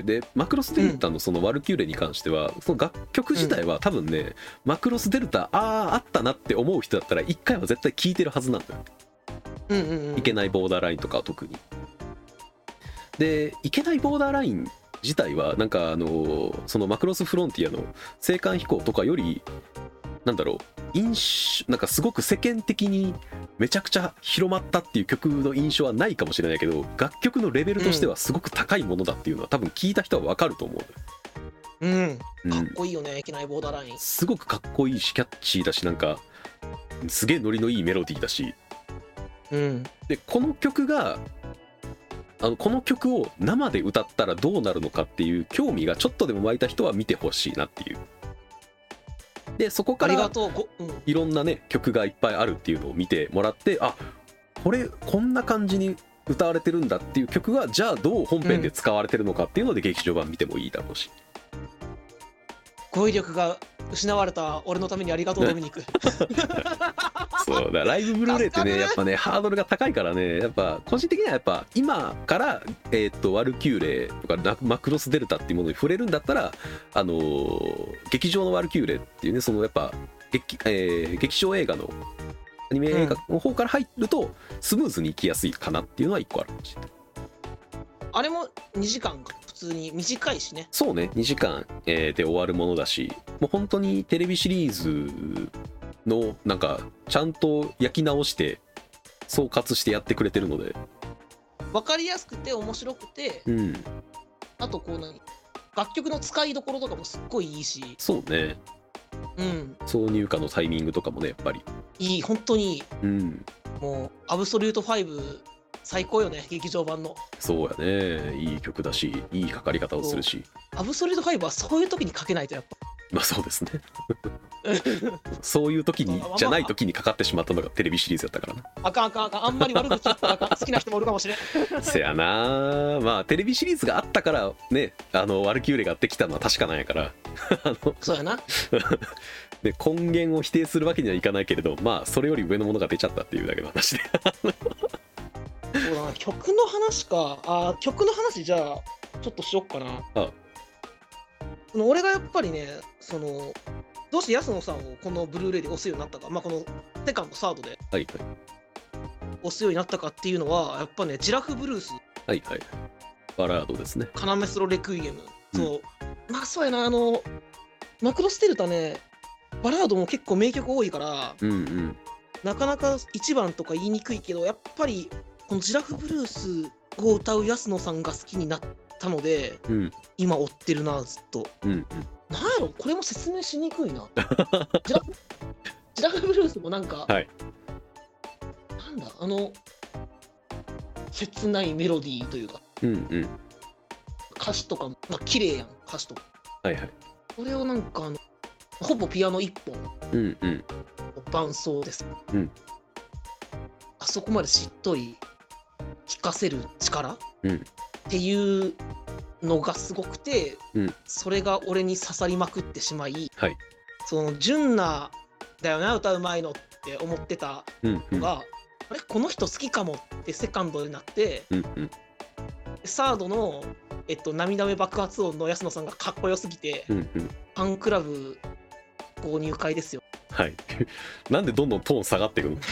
でマクロスデルタのそのワルキューレに関しては、うん、その楽曲自体は多分ね、うん、マクロスデルタあああったなって思う人だったら一回は絶対聴いてるはずなんだよ、 うんうんうん、 いけないボーダーラインとかは特に。でいけないボーダーライン自体はなんかあのそのマクロスフロンティアの青函飛行とかよりなんだろう、印象なんかすごく世間的にめちゃくちゃ広まったっていう曲の印象はないかもしれないけど、楽曲のレベルとしてはすごく高いものだっていうのは、うん、多分聞いた人は分かると思う。うん、かっこいいよね、いけないボーダーライン。 すごくかっこいいしキャッチーだし、なんかすげえノリのいいメロディーだし、 うん、 でこの曲があのこの曲を生で歌ったらどうなるのかっていう興味がちょっとでも湧いた人は見てほしいなっていう。でそこからいろんなね曲がいっぱいあるっていうのを見てもらって、あこれこんな感じに歌われてるんだっていう曲がじゃあどう本編で使われてるのかっていうので劇場版見てもいいだろうし、 語彙力が失われた俺のためにありがとうドミニクそうだ、ライブブルーレイってねやっぱねハードルが高いからね、やっぱ個人的にはやっぱ今からえっとワルキューレとかマクロスデルタっていうものに触れるんだったら、あのー、劇場のワルキューレっていうね、そのやっぱ 劇,、えー、劇場映画のアニメ映画の方から入るとスムーズにいきやすいかなっていうのは一個あるかもしれない。 あれもにじかんか普通に短いしね。 そうね、にじかん、えー、で終わるものだし、もう本当にテレビシリーズのなんかちゃんと焼き直して総括してやってくれてるので分かりやすくて面白くて、 うん、 あとこう何楽曲の使いどころとかもすっごいいいし。 そうね、 うん、 挿入歌のタイミングとかもねやっぱりいい、本当にいい、 うん、 もうアブソリュートファイブ最高よね、劇場版の。 そうやね、いい曲だしいいかかり方をするし、 アブソリュートファイブはそういう時にかけないとやっぱまあそうですねそういう時にじゃない時にかかってしまったのがテレビシリーズだったからな。 あかんあかんあかん、あんまり悪口言ったら好きな人もいるかもしれんせやな、まあテレビシリーズがあったからね、あのワルキューレができたのは確かなんやからあのそうやなで根源を否定するわけにはいかないけれど、まあそれより上のものが出ちゃったっていうだけの話でそうだな、曲の話か。あ、曲の話じゃあちょっとしよっかな。 あその俺がやっぱりね、そのどうして安野さんをこのブルーレイで押すようになったか、まあこのセカンドサードではいはい押すようになったかっていうのは、やっぱねジラフブルース、 はいはい、バラードですね。 カナメスロレクイエム、 うん、 そうまあそうやな、あのマクロスデルタねバラードも結構名曲多いから、 うんうん、 なかなかいちばんとか言いにくいけど、やっぱりこのジラフブルースを歌う安野さんが好きになったので、 うん、 今追ってるなずっと、 うんうん、 なんやろこれも説明しにくいなジラフジラフブルースもなんか、 はい、 なんだあの切ないメロディーというか、 うんうん、 歌詞とかも、まあ綺麗やん歌詞とか、 はいはい、 これをなんかあのほぼピアノいっぽん、 うんうん、 伴奏です、 うん、 あそこまでしっとり聴かせる力、 うん、 っていうのがすごくて、 うん、 それが俺に刺さりまくってしまい、 はい、 その純奈だよな歌うまいのって思ってたのが、うんうん、あれこの人好きかもってセカンドになって、 うんうん、 サードの、えっと、涙目爆発音の安野さんがかっこよすぎて、 うんうん、 ファンクラブ購入会ですよ。 はいなんでどんどんトーン下がっていくの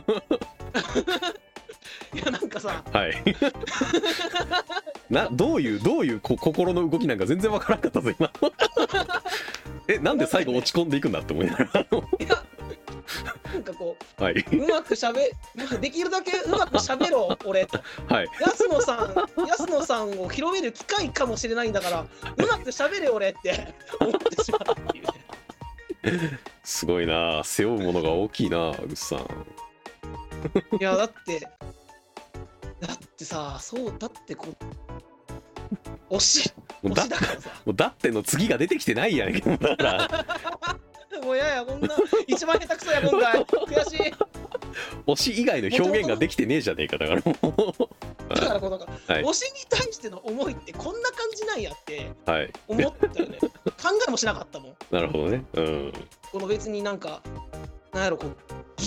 いやなんかさ、 はいなどういうどういうこ心の動きなんか全然わからなかったぞ今えなんで最後落ち込んでいくんだって思いながらいやなんかこう、 はい、 うまくしゃべできるだけうまくしゃべろ俺と、 はい、 安野さん安野さんを広める機会かもしれないんだからうまくしゃべれ俺って思ってしまうっていうねすごいな、背負うものが大きいなぐっさんいやだってだってさ、そうだってこう推し推しだからさ、 もうだっての次が出てきてないやんけどだからもうややこんな一番下手くそや今回悔しい推し以外の表現ができてねえじゃねえかだからもうだからこうなんか、はい、推しに対しての思いってこんな感じなんやって思ったよね、はい、考えもしなかったもん。 なるほどね、うん、 この別になんかなんやろこう技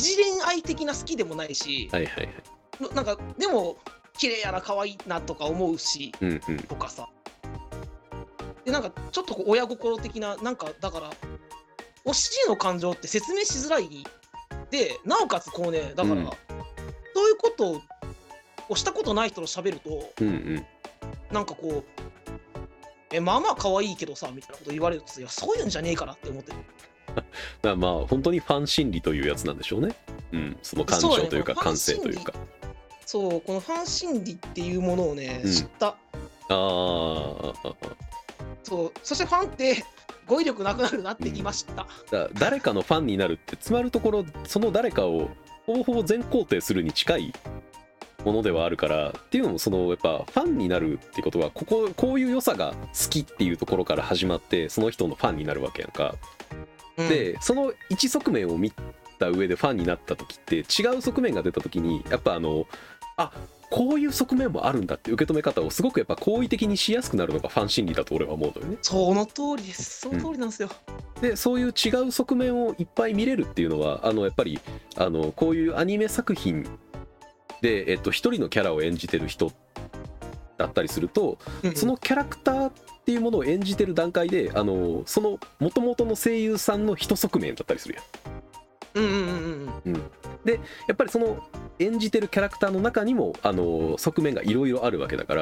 次恋愛的な好きでもないし、 はいはいはい、 なんかでも綺麗やな可愛いなとか思うし、 うんうん、 とかさ、でなんかちょっとこう親心的な、なんかだから推しの感情って説明しづらいで、なおかつこうね、だから、うん、そういうことをしたことない人と喋ると、うんうん、なんかこうえまあまあ可愛いけどさみたいなこと言われると、いやそういうんじゃねえからって思ってる。 だからまあ本当にファン心理というやつなんでしょうね。うん、その感情というか感性というか、 そう、このファン心理っていうものをね、うん、知った。ああ、 そう、そしてファンって語彙力なくなるなって言いました、 うん、だ誰かのファンになるってつまるところ、その誰かをほぼほぼ全肯定するに近いものではあるから、っていうのもそのやっぱファンになるっていうことはこここういう良さが好きっていうところから始まって、その人のファンになるわけやんか、うん、でその一側面を見た上でファンになった時って、違う側面が出た時にやっぱあのあこういう側面もあるんだって受け止め方をすごくやっぱ好意的にしやすくなるのがファン心理だと俺は思うのよね。 その通りです、その通りなんですよ、 うん、でそういう違う側面をいっぱい見れるっていうのは、あのやっぱりあのこういうアニメ作品で、えっと、一人のキャラを演じてる人だったりすると、うんうん、そのキャラクターっていうものを演じてる段階で、あのその元々の声優さんの一側面だったりするやん。うんうんうんうん、でやっぱりその演じてるキャラクターの中にもあの側面がいろいろあるわけだから、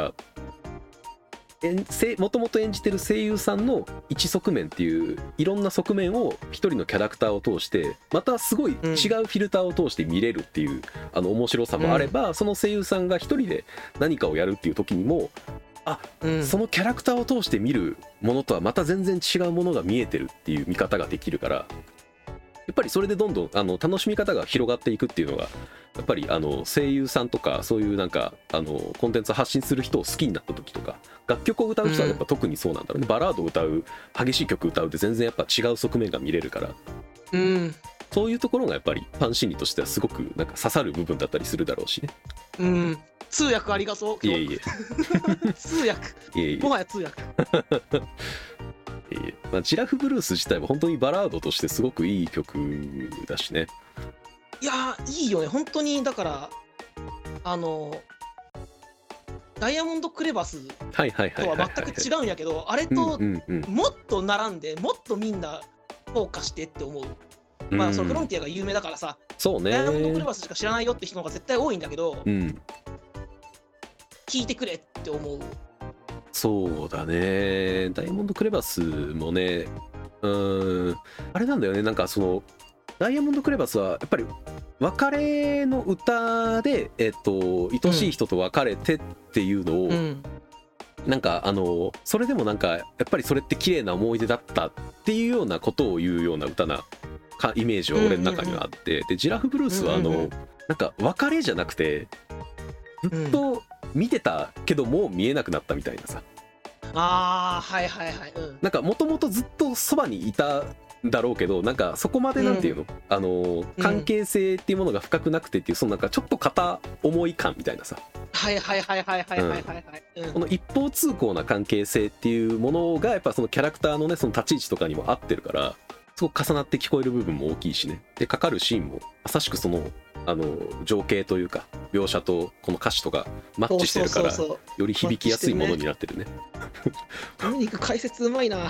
もともと演じてる声優さんの一側面っていういろんな側面を一人のキャラクターを通して、またすごい違うフィルターを通して見れるっていう、うん、あの面白さもあれば、うん、その声優さんが一人で何かをやるっていう時にも、あ、うん、そのキャラクターを通して見るものとはまた全然違うものが見えてるっていう見方ができるから、やっぱりそれでどんどんあの楽しみ方が広がっていくっていうのが、やっぱりあの声優さんとかそういうなんかあのコンテンツを発信する人を好きになった時とか、楽曲を歌う人はやっぱ特にそうなんだろうね、うん、バラードを歌う、激しい曲歌うって全然やっぱ違う側面が見れるから、うん、そういうところがやっぱりファン心理としてはすごくなんか刺さる部分だったりするだろうしね。 うん、通訳ありがとう。 いえいえ通訳いえいえもはや通訳えーまあ、ジラフブルース自体は本当にバラードとしてすごくいい曲だしね。 いやーいいよね本当に。だからあのダイヤモンドクレバスとは全く違うんやけど、あれともっと並んでもっとみんな評価してって思う、うん、まあそのフロンティアが有名だからさ、 そうね、 ダイヤモンドクレバスしか知らないよって人の方が絶対多いんだけど、うん、聞いてくれって思う。 そうだね、ダイヤモンドクレバスもね、うーんあれなんだよね、なんかそのダイヤモンドクレバスはやっぱり別れの歌で、えっと、愛しい人と別れてっていうのを、うん、なんかあのそれでもなんかやっぱりそれって綺麗な思い出だったっていうようなことを言うような歌なかイメージは俺の中にはあって、うんうんうん、でジラフブルースはあの、うんうんうん、なんか別れじゃなくてずっと見てたけどもう見えなくなったみたいなさ、 あーはいはいはい、うん、 なんかもともとずっとそばにいただろうけど、なんかそこまでなんていうの、うん、あの関係性っていうものが深くなくてっていう、そのなんかちょっと片思い感みたいなさ、 はいはいはいはいはいはいはい、 うん、この一方通行な関係性っていうものがやっぱそのキャラクターのねその立ち位置とかにも合ってるから、すごく重なって聞こえる部分も大きいしね。でかかるシーンもまさしくそのあの情景というか描写とこの歌詞とかマッチしてるから、そうそうそうそう、より響きやすいものになってるね。 ドミニク解説うまいな。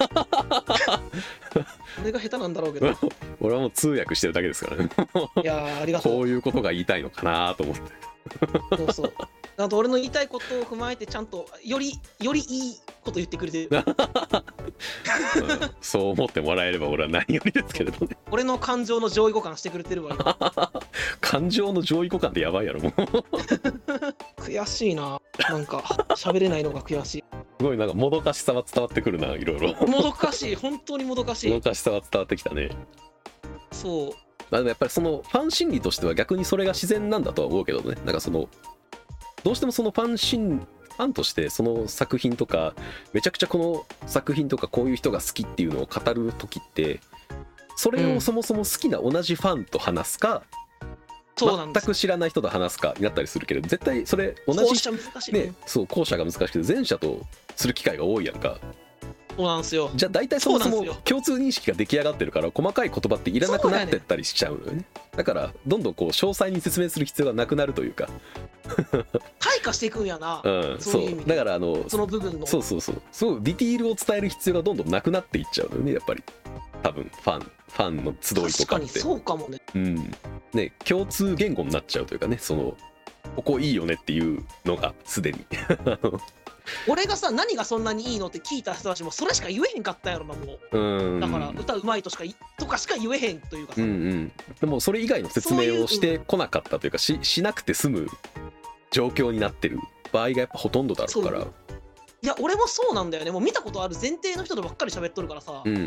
俺が下手なんだろうけど。 俺はもう通訳してるだけですからね。 いやありがとう。 こういうことが言いたいのかなと思って。 そうそう。あと俺の言いたいことを踏まえてちゃんとよりよりいいこと言ってくれてる。うん、 そう思ってもらえれば俺は何よりですけれどね。 俺の感情の上位互換してくれてるわ今。 感情の上位互換ってやばいやろもう。 悔しいな、なんか喋れないのが悔しい。 すごいなんかもどかしさは伝わってくるな、いろいろ。 もどかしい、本当にもどかしい。 もどかしさは伝わってきたね。 そう。 まあ、でもやっぱりそのファン心理としては逆にそれが自然なんだとは思うけどね。なんかそのどうしてもそのファン心ファンとしてその作品とかめちゃくちゃこの作品とかこういう人が好きっていうのを語る時って、それをそもそも好きな同じファンと話すか、うん、全く知らない人と話すかになったりするけれど、絶対それ同じ後者難しいね。 そう後者が難しくて前者とする機会が多いやんか。 そうなんですよ。 じゃあ大体そもそもそうなんですよ共通認識が出来上がってるから細かい言葉っていらなくなってったりしちゃうのよね。だからどんどんこう詳細に説明する必要がなくなるというか退化していくんやな、 うん、 そういう意味でそうだからあのその部分のそうそうそうそうディティールを伝える必要がどんどんなくなっていっちゃうのよね、やっぱり多分ファンファンの集いとかって確かにそうかもね。 うんね、共通言語になっちゃうというかね、そのここいいよねっていうのがすでに俺がさ何がそんなにいいのって聞いた人たちもそれしか言えへんかったんやろな、もううんだから歌うまいとしかいとかしか言えへんというかさ、 うんうん、でもそれ以外の説明をしてこなかったというか、ししなくて済む状況になってる場合がやっぱほとんどだろうから。 いや俺もそうなんだよね。もう見たことある前提の人とばっかり喋っとるからさ、 うんうんうん、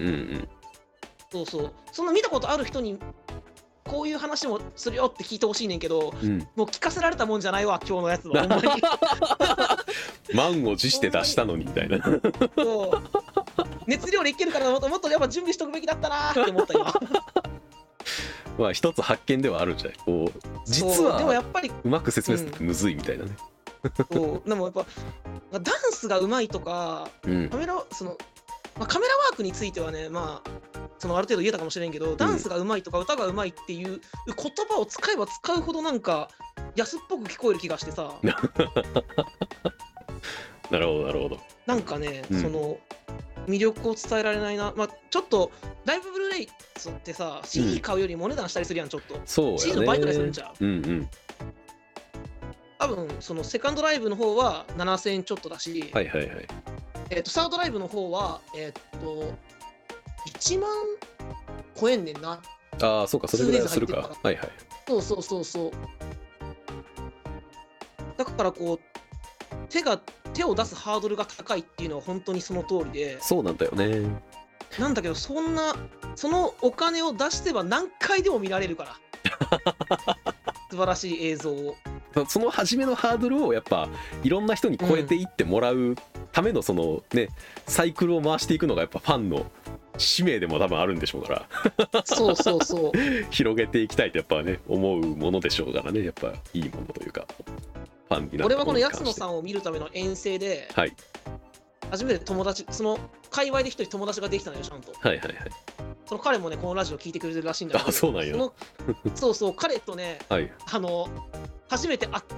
そうそう、そんな見たことある人にこういう話もするよって聞いてほしいねんけど、うん、もう聞かせられたもんじゃないわ今日のやつはほんまに満を持して出したのにみたいなそう熱量でいけるからもっともっとやっぱ準備しとくべきだったなって思った今まあ一つ発見ではあるんじゃない、こう実はでもやっぱりうまく説明するってむずいみたいなね、 うん、そうでもやっぱダンスがうまいとか、うん、カメラその、まあ、カメラワークについてはね、まあそのある程度言えたかもしれんけど、ダンスがうまいとか歌がうまいっていう言葉を使えば使うほどなんか安っぽく聞こえる気がしてさなるほどなるほど、 なんかね、うん、その魅力を伝えられないな。まあちょっとライブブルーレイってさ シーディー 買うよりもお値段したりするやん、ちょっと、うん、 そうやね、 シーディー の倍くらいするんちゃう、 うんうん、 多分そのセカンドライブの方はななせんえんちょっとだし、 はいはいはい、 えーとサードライブの方はえっ、ー、といちまん超えんねんな。 ああそうか、それぐらいはするか。はいはい、 そうそうそうそう。だからこう手が手を出すハードルが高いっていうのは本当にその通りで、 そうなんだよね。 なんだけどそんなそのお金を出してば何回でも見られるから素晴らしい映像を。 その初めのハードルをやっぱいろんな人に超えていってもらうためのそのねサイクルを回していくのがやっぱファンの使命でも多分あるんでしょうからそうそうそう広げていきたいとやっぱね思うものでしょうからね、やっぱいいものというかファンになった。 俺はこの安野さんを見るための遠征で、はい、初めて友達その界隈で一人友達ができたのよちゃんと。 はいはいはい。 その彼もねこのラジオ聞いてくれてるらしいんだけど、 あそうなんや。 そのそうそう彼とね、はい、あの初めて会って、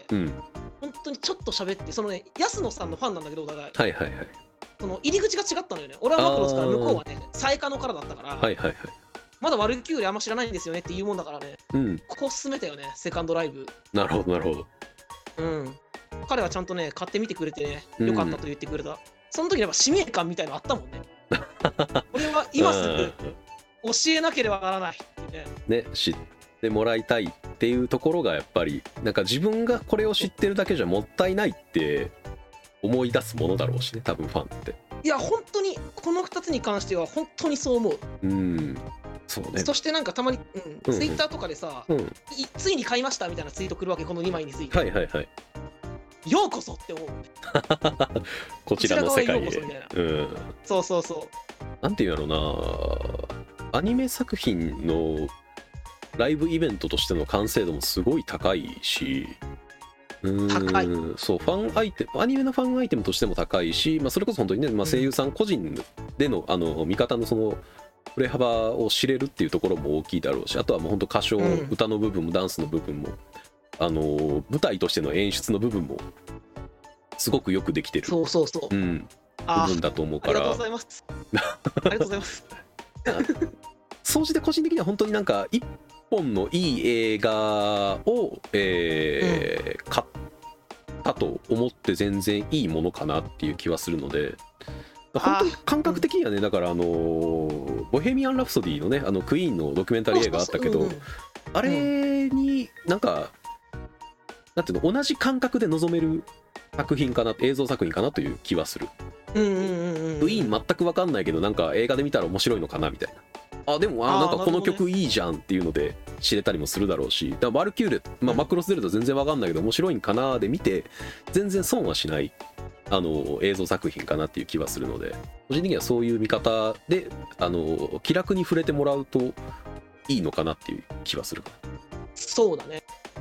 うん、本当にちょっと喋って、そのね安野さんのファンなんだけどお互い。 はいはいはい。 その入り口が違ったのよね。俺はマクロスから向こうはねサエカノからだったから、はいはいはい、まだワルキューレあんま知らないんですよねっていうもんだからね、うん、ここ進めたよねセカンドライブ。 なるほどなるほど。 うん、彼はちゃんとね買ってみてくれてねよかったと言ってくれた、うん、その時やっぱ使命感みたいのあったもんね俺は今すぐ教えなければならないってね。 ね、知ってもらいたいっていうところがやっぱりなんか自分がこれを知ってるだけじゃもったいないって思い出すものだろうしね、多分ファンって。 いや本当にこのふたつに関しては本当にそう思う。 うんそうね。 そしてなんかたまに、うん、ツイッターとかでさ、うん、ついに買いましたみたいなツイート来るわけ、このにまいについて。はいはいはい。ようこそって思うこちらの世界へ。 こちら側へようこそみたいな、うん、そうそうそう。 なんていうんやろうな、アニメ作品のライブイベントとしての完成度もすごい高いし、うん高い。 そうファンアイテム、アニメのファンアイテムとしても高いし、まあ、それこそ本当にね、まあ、声優さん個人での、あの見方のその振れ幅を知れるっていうところも大きいだろうし、あとはもう本当歌唱、うん、歌の部分もダンスの部分も、あの舞台としての演出の部分もすごくよくできてる、 そうそうそう、うん、 部分だと思うから。 ありがとうございますありがとうございます総じて個人的には本当になんか一本のいい映画を、えーうん、買ったと思って全然いいものかなっていう気はするので、本当に感覚的にはね、だからあのー、ボヘミアン・ラプソディのね、あのクイーンのドキュメンタリー映画あったけど、あれになんかなんていうの、同じ感覚で臨める作品かな、映像作品かなという気はする。 うんうんうんうん、 クイーン全く分かんないけどなんか映画で見たら面白いのかなみたいな、あでもあなんかこの曲いいじゃんっていうので知れたりもするだろうし、だからワルキューレ、まあ、マクロス出ると全然分かんないけど面白いんかなで見て全然損はしないあの映像作品かなっていう気はするので、個人的にはそういう見方であの気楽に触れてもらうといいのかなっていう気はする。 そうだね。やっ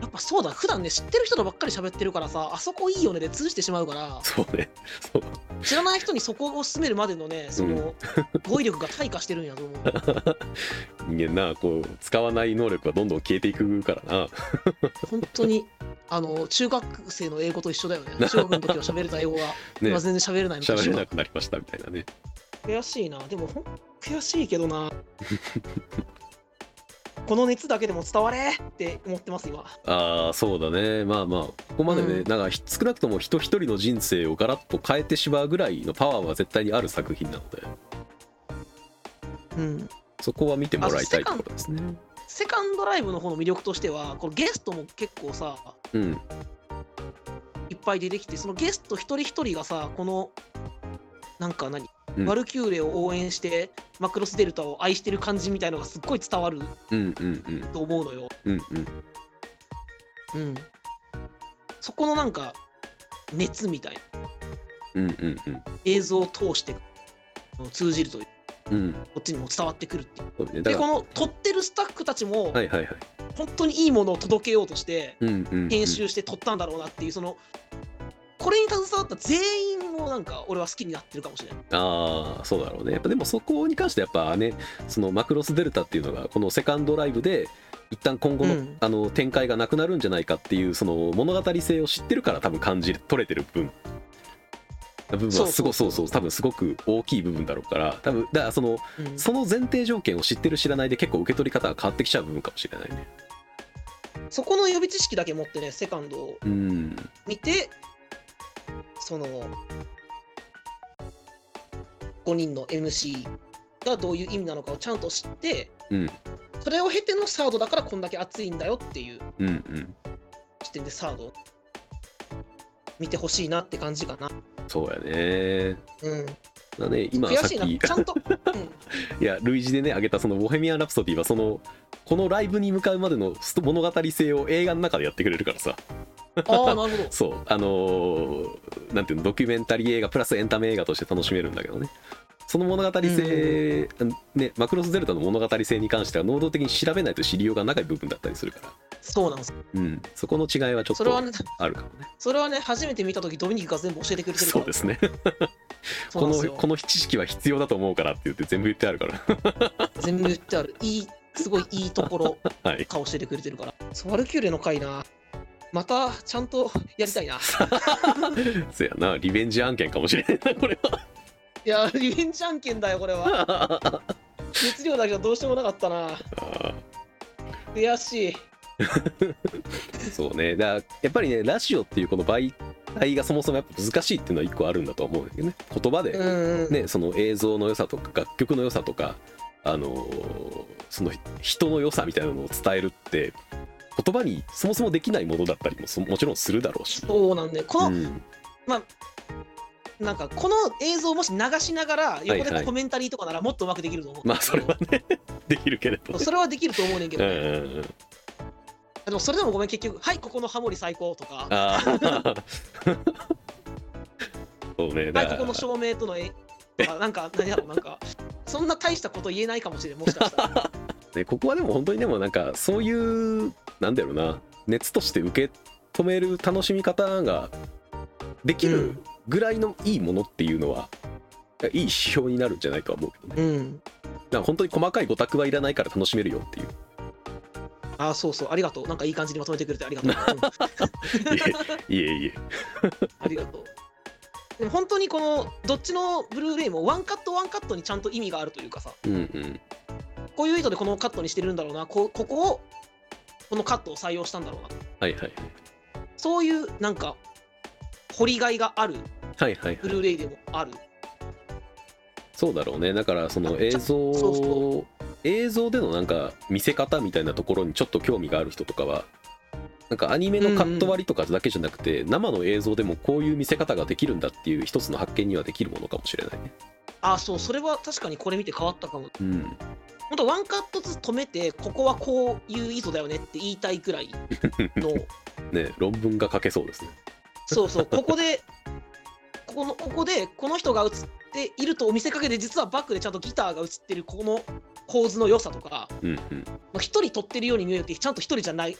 ぱそうだ、普段ね知ってる人とばっかり喋ってるからさ、あそこいいよねで通じてしまうから、 そうね、そう知らない人にそこを進めるまでのね、その、うん、語彙力が退化してるんやと思う。 人間な、こう使わない能力がどんどん消えていくからな。 本当にあの中学生の英語と一緒だよね。中学の時は喋れた英語が、ね、今全然喋れないみたいな。 喋れなくなりましたみたいなね。 悔しいな。でもほん悔しいけどな。この熱だけでも伝われって思ってます今。 ああ、そうだね。まあまあここまでね、うん、なんか少なくとも人一人の人生をガラッと変えてしまうぐらいのパワーは絶対にある作品なので、 うん、 そこは見てもらいたいところですね。 セカンドライブの方の魅力としては、このゲストも結構さ、 うん、 いっぱい出てきて、そのゲスト一人一人がさ、このなんか何、うん、ワルキューレを応援してマクロスデルタを愛してる感じみたいのがすっごい伝わると思うのよ。 うんうんうん、そこのなんか熱みたいな、 うんうんうん、 映像を通して通じるという、 うん、 こっちにも伝わってくるっていう。 そうね、 でこの撮ってるスタッフたちも、 はいはいはい、 本当にいいものを届けようとして、 うんうんうん、 編集して撮ったんだろうなっていう、そのこれに携わった全員もなんか俺は好きになってるかもしれない。 ああ、そうだろうね。やっぱでもそこに関してやっぱね、そのマクロスデルタっていうのがこのセカンドライブで一旦今後の、うん、あの展開がなくなるんじゃないかっていうその物語性を知ってるから多分感じ取れてる部分部分はすごそうそう多分すごく大きい部分だろうから、多分だからその、うん、その前提条件を知ってる知らないで結構受け取り方が変わってきちゃう部分かもしれないね。 そこの予備知識だけ持ってね、セカンドを見て、うん、そのごにんの エムシー がどういう意味なのかをちゃんと知って、 うん、 それを経てのサードだからこんだけ熱いんだよっていう視点でサード見てほしいなって感じかな。 そうやね。 うん。 だね、今悔しいな、 さっきちゃんと、うん、 いや類似でね挙げたそのボヘミアン・ラプソディはそのこのライブに向かうまでの物語性を映画の中でやってくれるからさ。 ああ、なるほど。 そう、あのー、なんていうの、ドキュメンタリー映画プラスエンタメ映画として楽しめるんだけどね。その物語性、うん、ね、マクロスデルタの物語性に関しては能動的に調べないと知りようがない部分だったりするから。 そうなんです。 うん、そこの違いはちょっとあるかもね。 それはね、初めて見たときドミニクが全部教えてくれてるから。 そうですね。このこの知識は必要だと思うからって言って全部言ってあるから。 全部言ってある。いい、すごいいいところが教えてくれてるから。はい、ワルキューレの回な。またちゃんとやりたいな。 そやな、リベンジ案件かもしれないなこれは。 いや、リベンジ案件だよこれは。熱量だけはどうしようもなかったな。悔しい。 そうね、だやっぱりね、ラジオっていうこの媒体がそもそもやっぱ難しいっていうのは一個あるんだと思うんだけどね。言葉で、ね、その映像の良さとか楽曲の良さとか、あのー、その人の良さみたいなのを伝えるって言葉にそもそもできないものだったりももちろんするだろうし。 そうなんで、この、うん、まあなんかこの映像をもし流しながら横でコメンタリーとかならもっとうまくできると思う。 まあそれはねできるけれど、 それはできると思うねんけど、ね、 うんうんうん、 でもそれでもごめん、結局はいここのハモリ最高とか、 あそうね、 はいここの照明との絵とかなんか何やろなんかそんな大したこと言えないかもしれん、もしかしたら。 ね、ここはでも本当にでもなんかそういうなんだろうな、熱として受け止める楽しみ方ができるぐらいのいいものっていうのは、うん、いい指標になるんじゃないとは思うけどね。 うん、 だから本当に細かい語卓はいらないから楽しめるよっていう。 ああ、そうそう、ありがとう。なんかいい感じにまとめてくれてありがとう。 いえいえいえ。 ありがとう。でも本当にこのどっちのブルーレイもワンカットワンカットにちゃんと意味があるというかさ、 うんうん、 こういう意図でこのカットにしてるんだろうな、こここをこのカットを採用したんだろうな、 はいはい、 そういうなんか掘りがいがあるブルーレイでもある。 そうだろうね。だからその映像そうそう映像でのなんか見せ方みたいなところにちょっと興味がある人とかは、なんかアニメのカット割りとかだけじゃなくて、うんうん、生の映像でもこういう見せ方ができるんだっていう一つの発見にはできるものかもしれないね。 ああ、そう、それは確かにこれ見て変わったかも。 うん、 本当ワンカットずつ止めてここはこういう意図だよねって言いたいくらいのね、論文が書けそうですね。 そうそう、ここでここのここでこの人が映っていると見せかけて、実はバックでちゃんとギターが映ってるこの構図の良さとか、 うんうん、 一人撮ってるように見えるってちゃんと一人じゃない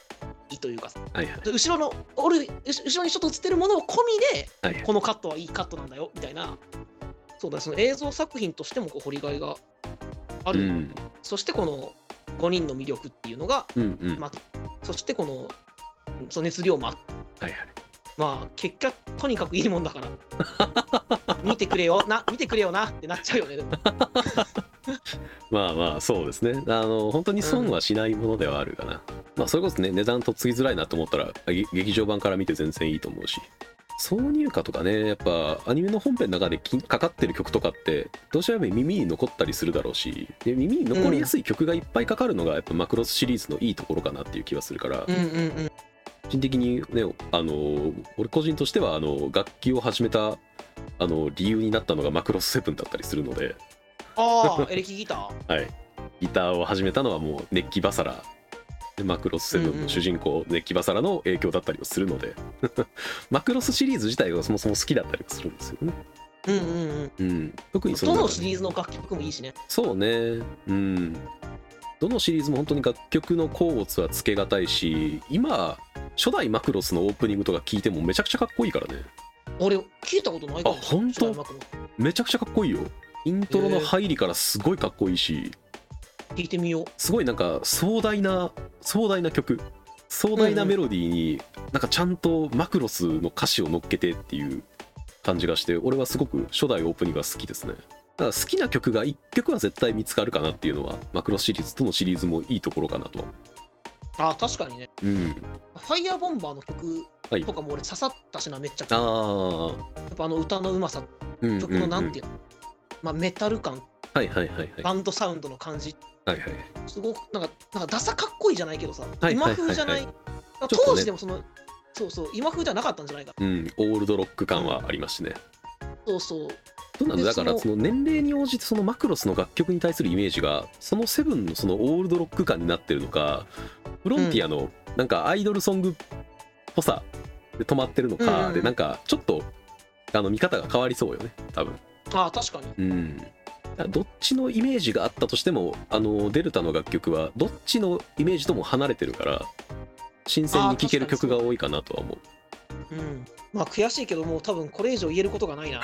いというかさ、 はいはい、 後ろのおる後ろにちょっと映ってるものを込みで、 はいはい、 このカットはいいカットなんだよみたいな、そうだ、その映像作品としてもこう掘りがいがある、うん、そしてこのごにんの魅力っていうのが、うんうん、まあ、そしてこのその熱量もあって、はいはい、まあ結果とにかくいいもんだから見てくれよな見てくれよなってなっちゃうよね。でもまあまあそうですね、あの本当に損はしないものではあるかな、うん、まあそれこそね値段とっつきづらいなと思ったら劇場版から見て全然いいと思うし、挿入歌とかね、やっぱアニメの本編の中でかかってる曲とかってどうしても耳に残ったりするだろうし、で耳に残りやすい曲がいっぱいかかるのがやっぱマクロスシリーズのいいところかなっていう気はするから、うんうんうん、個人的にね、あの俺個人としてはあの楽器を始めたあの理由になったのがマクロスセブンだったりするので、 ああエレキギターはい、ギターを始めたのはもう熱気バサラで、マクロスセブンの主人公、うんうん、熱気バサラの影響だったりもするのでマクロスシリーズ自体がそもそも好きだったりもするんですよね。 うんうんうんうん、 特にそのどのシリーズの楽曲もいいしね。 そうね、うん、どのシリーズも本当に楽曲の甲乙はつけがたいし、今初代マクロスのオープニングとか聞いてもめちゃくちゃかっこいいからね。 俺聞いたことないかも。 あ、本当めちゃくちゃかっこいいよ。イントロの入りからすごいかっこいいし、 聞いてみよう。 すごいなんか壮大な壮大な曲、壮大なメロディーになんかちゃんとマクロスの歌詞を乗っけてっていう感じがして、俺はすごく初代オープニングが好きですね。だから好きな曲がいっきょくは絶対見つかるかなっていうのはマクロスシリーズとのシリーズもいいところかなとは。 あ、確かにね、 うん、 ファイヤーボンバーの曲とかも俺刺さったしな、めっちゃ。 ああ、 やっぱあの歌のうまさ、曲のなんていうの、まあ、メタル感、 はいはいはいはい、 バンドサウンドの感じ、 はいはい、 すごくなんかなんかダサかっこいいじゃないけどさ、 はいはいはいはい、 今風じゃない、当時でもその、ね、そうそう今風ではなかったんじゃないか、 うん、オールドロック感はありますしね、 うん、そうそう。 そうなんだ、だからその年齢に応じてそのマクロスの楽曲に対するイメージがそのセブンのそのオールドロック感になってるのか、フロンティアのなんかアイドルソングっぽさで止まってるのか、うん、でなんかちょっとあの見方が変わりそうよね多分。 ああ確かに、 うん、どっちのイメージがあったとしてもあのデルタの楽曲はどっちのイメージとも離れてるから新鮮に聴ける曲が多いかなとは思う。 うん、まあ悔しいけどもう多分これ以上言えることがないな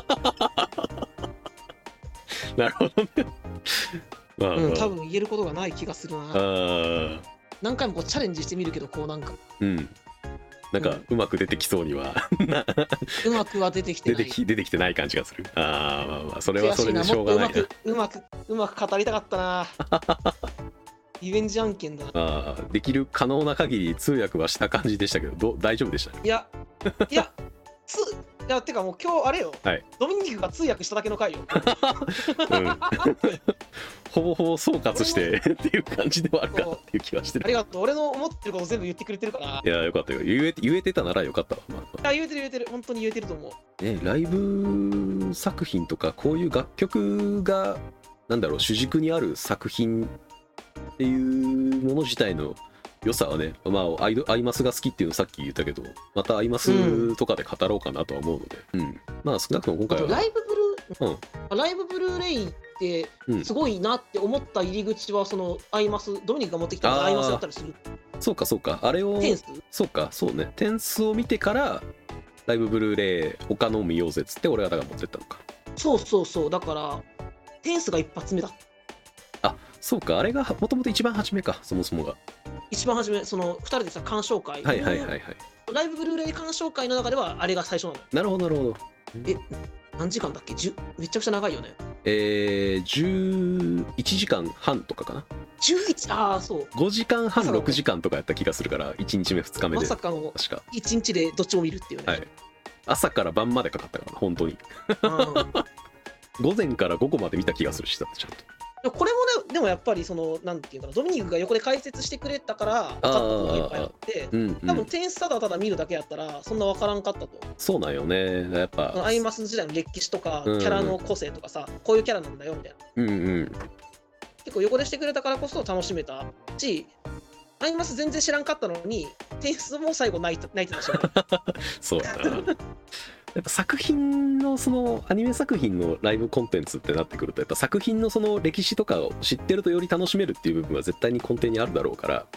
なるほどねまあ、まあ、 うん、多分言えることがない気がするな。 あ、 何回もこうチャレンジしてみるけどこうなんか、 うん、なんかうまく出てきそうには、うん、 うまくは出てきてない、 出てき、出てきてない感じがする。ああ、まあまあそれはそれでしょうがないな。 うまくうまく語りたかったなリベンジ案件だな。 あ、できる可能な限り通訳はした感じでしたけど、ど大丈夫でした？ いやいやついやてかもう今日あれよ、はい、ドミニクが通訳しただけの回よ、うん、 ほぼほぼ総括してっていう感じではあるかなっていう気はしてる。 ありがとう、俺の思ってること全部言ってくれてるから。 いやよかったよ、言えて言えてたならよかったわ、まあ、言えてる言えてる、本当に言えてると思う、 ね、ライブ作品とかこういう楽曲がなんだろう主軸にある作品っていうもの自体の良さはね、まあアイドアイマスが好きっていうのさっき言ったけど、またアイマスとかで語ろうかなとは思うので、うんうん、まあ少なくとも今回はライブブルー、うん、ライブブルーレイってすごいなって思った入り口はそのアイマス、ドミニクが持ってきたアイマスだったりする。 そうかそうか、あれをテンスそうかそうね、テンスを見てからライブブルーレイ他の見ようぜっつって俺がだから持ってったのか。 そうそうそう、だからテンスが一発目だ。 あ、そうか、あれがもともと一番初めか、そもそもが一番初め、そのふたりでさ鑑賞会、 はいはいはいはい、 ライブブルーレイ鑑賞会の中ではあれが最初なの。 なるほどなるほど。 え、何時間だっけ？めちゃくちゃ長いよね。 えー、じゅういちじかんはんとかかな。 じゅういち、ああそう、 ごじかんはんろくじかんとかやった気がするから、いちにちめふつかめでまさかの確かいちにちでどっちも見るっていうね、 はい、朝から晩までかかったから本当に午前から午後まで見た気がするし、だってちゃんとこれもね、でもやっぱりそのなんていうかな、ドミニクが横で解説してくれたから分かったことがいっぱいあって、うんうん、多分点数ただただ見るだけやったらそんな分からんかったと。 そうなんよね、やっぱアイマス時代の歴史とか、うん、キャラの個性とかさ、こういうキャラなんだよみたいな、うんうん、結構横でしてくれたからこそ楽しめたし、アイマス全然知らんかったのに点数も最後泣いて泣いてたし、ね、 そうやなやっぱ作品のそのアニメ作品のライブコンテンツってなってくると、やっぱ作品のその歴史とかを知ってるとより楽しめるっていう部分は絶対に根底にあるだろうから、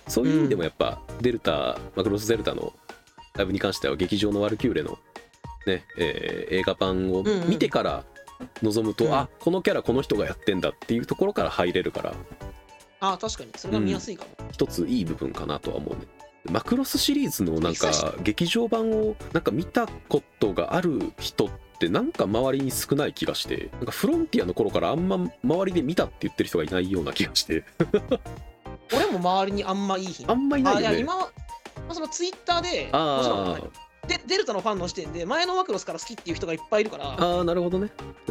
そういう意味でもやっぱデルタ、マクロスデルタのライブに関しては劇場のワルキューレのね、えー映画版を見てから臨むと、 うんうんあ、このキャラこの人がやってんだっていうところから入れるから、 あ、確かにそれが見やすいかも、 一ついい部分かなとは思うね。マクロスシリーズのなんか劇場版をなんか見たことがある人ってなんか周りに少ない気がして、なんかフロンティアの頃からあんま周りで見たって言ってる人がいないような気がして俺も周りにあんまいい日あんまいないよね。 あ、いや今はそのツイッターでもちろんあでデルタのファンの時点で前のマクロスから好きっていう人がいっぱいいるから、 あー、なるほどね。うん、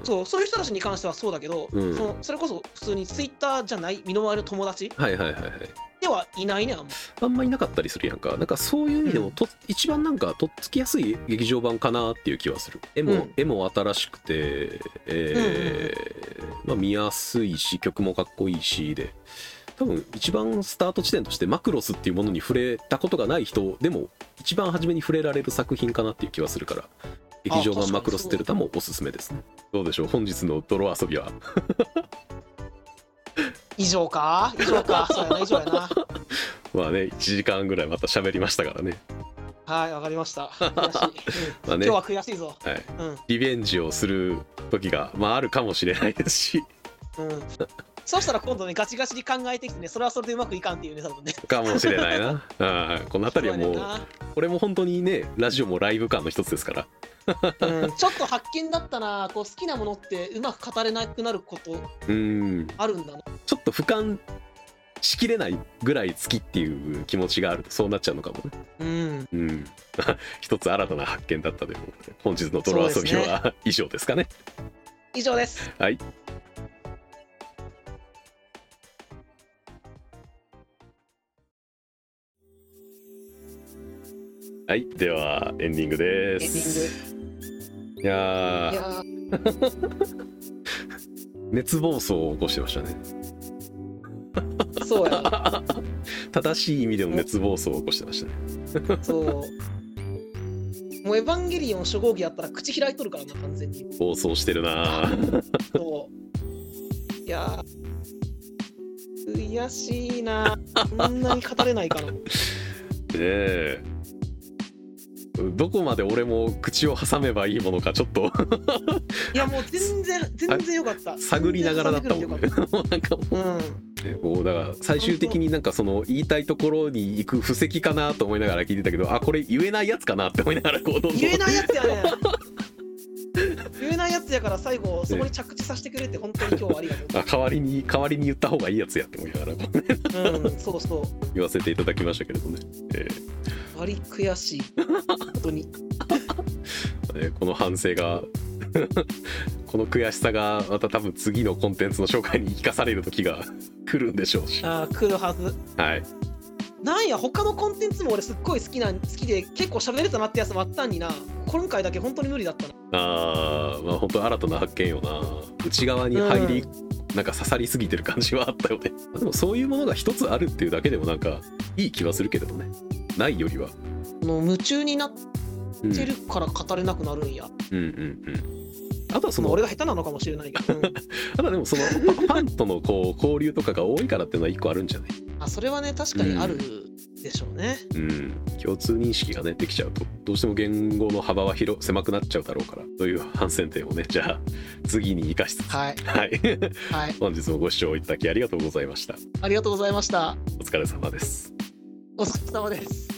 そうそういう人たちに関してはそうだけど、 うんそのそれこそ普通にツイッターじゃない身の回りの友達はいはいはいはい。 ではいないね、あんま。 あんまいなかったりするやんか。なんかそういう意味でもと、一番なんかとっつきやすい劇場版かなっていう気はする。絵も、 うん絵も新しくて、えーまあ、見やすいし曲もかっこいいしで、多分一番スタート地点としてマクロスっていうものに触れたことがない人でも一番初めに触れられる作品かなっていう気はするから、劇場版マクロスデルタもおすすめですね。どうでしょう、本日の泥遊びは以上か以上かそうやな、以上やな。 まあね、いちじかんぐらいまた喋りましたからね。 はい、わかりました。悔しい、うんまあね、 今日は悔しいぞ。 はい、 うんリベンジをする時が、まあ、あるかもしれないですしうんそうしたら今度ね、ガチガチに考えてきてね、それはそれでうまくいかんっていうね、多分ね。 かもしれないなあこの辺りはもうそうやねんなこれも本当にね、ラジオもライブ感の一つですからうん、ちょっと発見だったな、こう好きなものってうまく語れなくなることうんあるんだな。 ちょっと俯瞰しきれないぐらい好きっていう気持ちがあるとそうなっちゃうのかもね。 うん、 うん一つ新たな発見だったということで、本日の泥遊びそうですは以上ですかね。 以上です。 はい。はい、ではエンディングでエンディす。 ング。 いやーいやー熱暴走を起こしてましたね。 そうや。 正しい意味での熱暴走を起こしてましたね。 そう。もうエヴァンゲリオン初号機やったら口開いとるからな、完全に。 暴走してるなぁそう。いやー、悔しいな。こんなに語れないかな。 ねえ、どこまで俺も口を挟めばいいものかちょっといやもう全然全然よかった。 探りながらだったもんね。もうなんかもう、 うん。 ね、こうだから最終的になんかその言いたいところに行く布石かなと思いながら聞いてたけど、あ、これ言えないやつかなって思いながらこうどんどん言えないやつやね。言えないやつやから最後そこに着地させてくれて本当に今日はありがとう。 あ、代わりに代わりに言った方がいいやつやって思いながらこうねうん、そうそう。 言わせていただきましたけれどね。えあり悔しい。本当に。 ーねこの反省がこの悔しさがまた多分次のコンテンツの紹介に生かされる時が来るんでしょうし、 あー来るはず。 はい。 なんや他のコンテンツも俺すっごい好きな好きで結構喋れたなってやつもあったんにな。今回だけ本当に無理だったな。 あー、まあ本当新たな発見よな。内側に入り、うん、なんか刺さりすぎてる感じはあったよね。でもそういうものが一つあるっていうだけでもなんかいい気はするけれどね。ないよりは。 もう夢中になってるから語れなくなるんや。 うんうんうんうん。あとはその俺が下手なのかもしれないけど、うん、 あとはでもそのファンとのこう交流とかが多いからっていうのは一個あるんじゃない？ あ、それはね確かにあるでしょうね。 うん、共通認識がねできちゃうとどうしても言語の幅は広狭くなっちゃうだろうから、という反省点をねじゃあ次に生かしつつ、 はいはい、 はい、 本日もご視聴いただきありがとうございました。 ありがとうございました。 お疲れ様です。 お疲れ様です。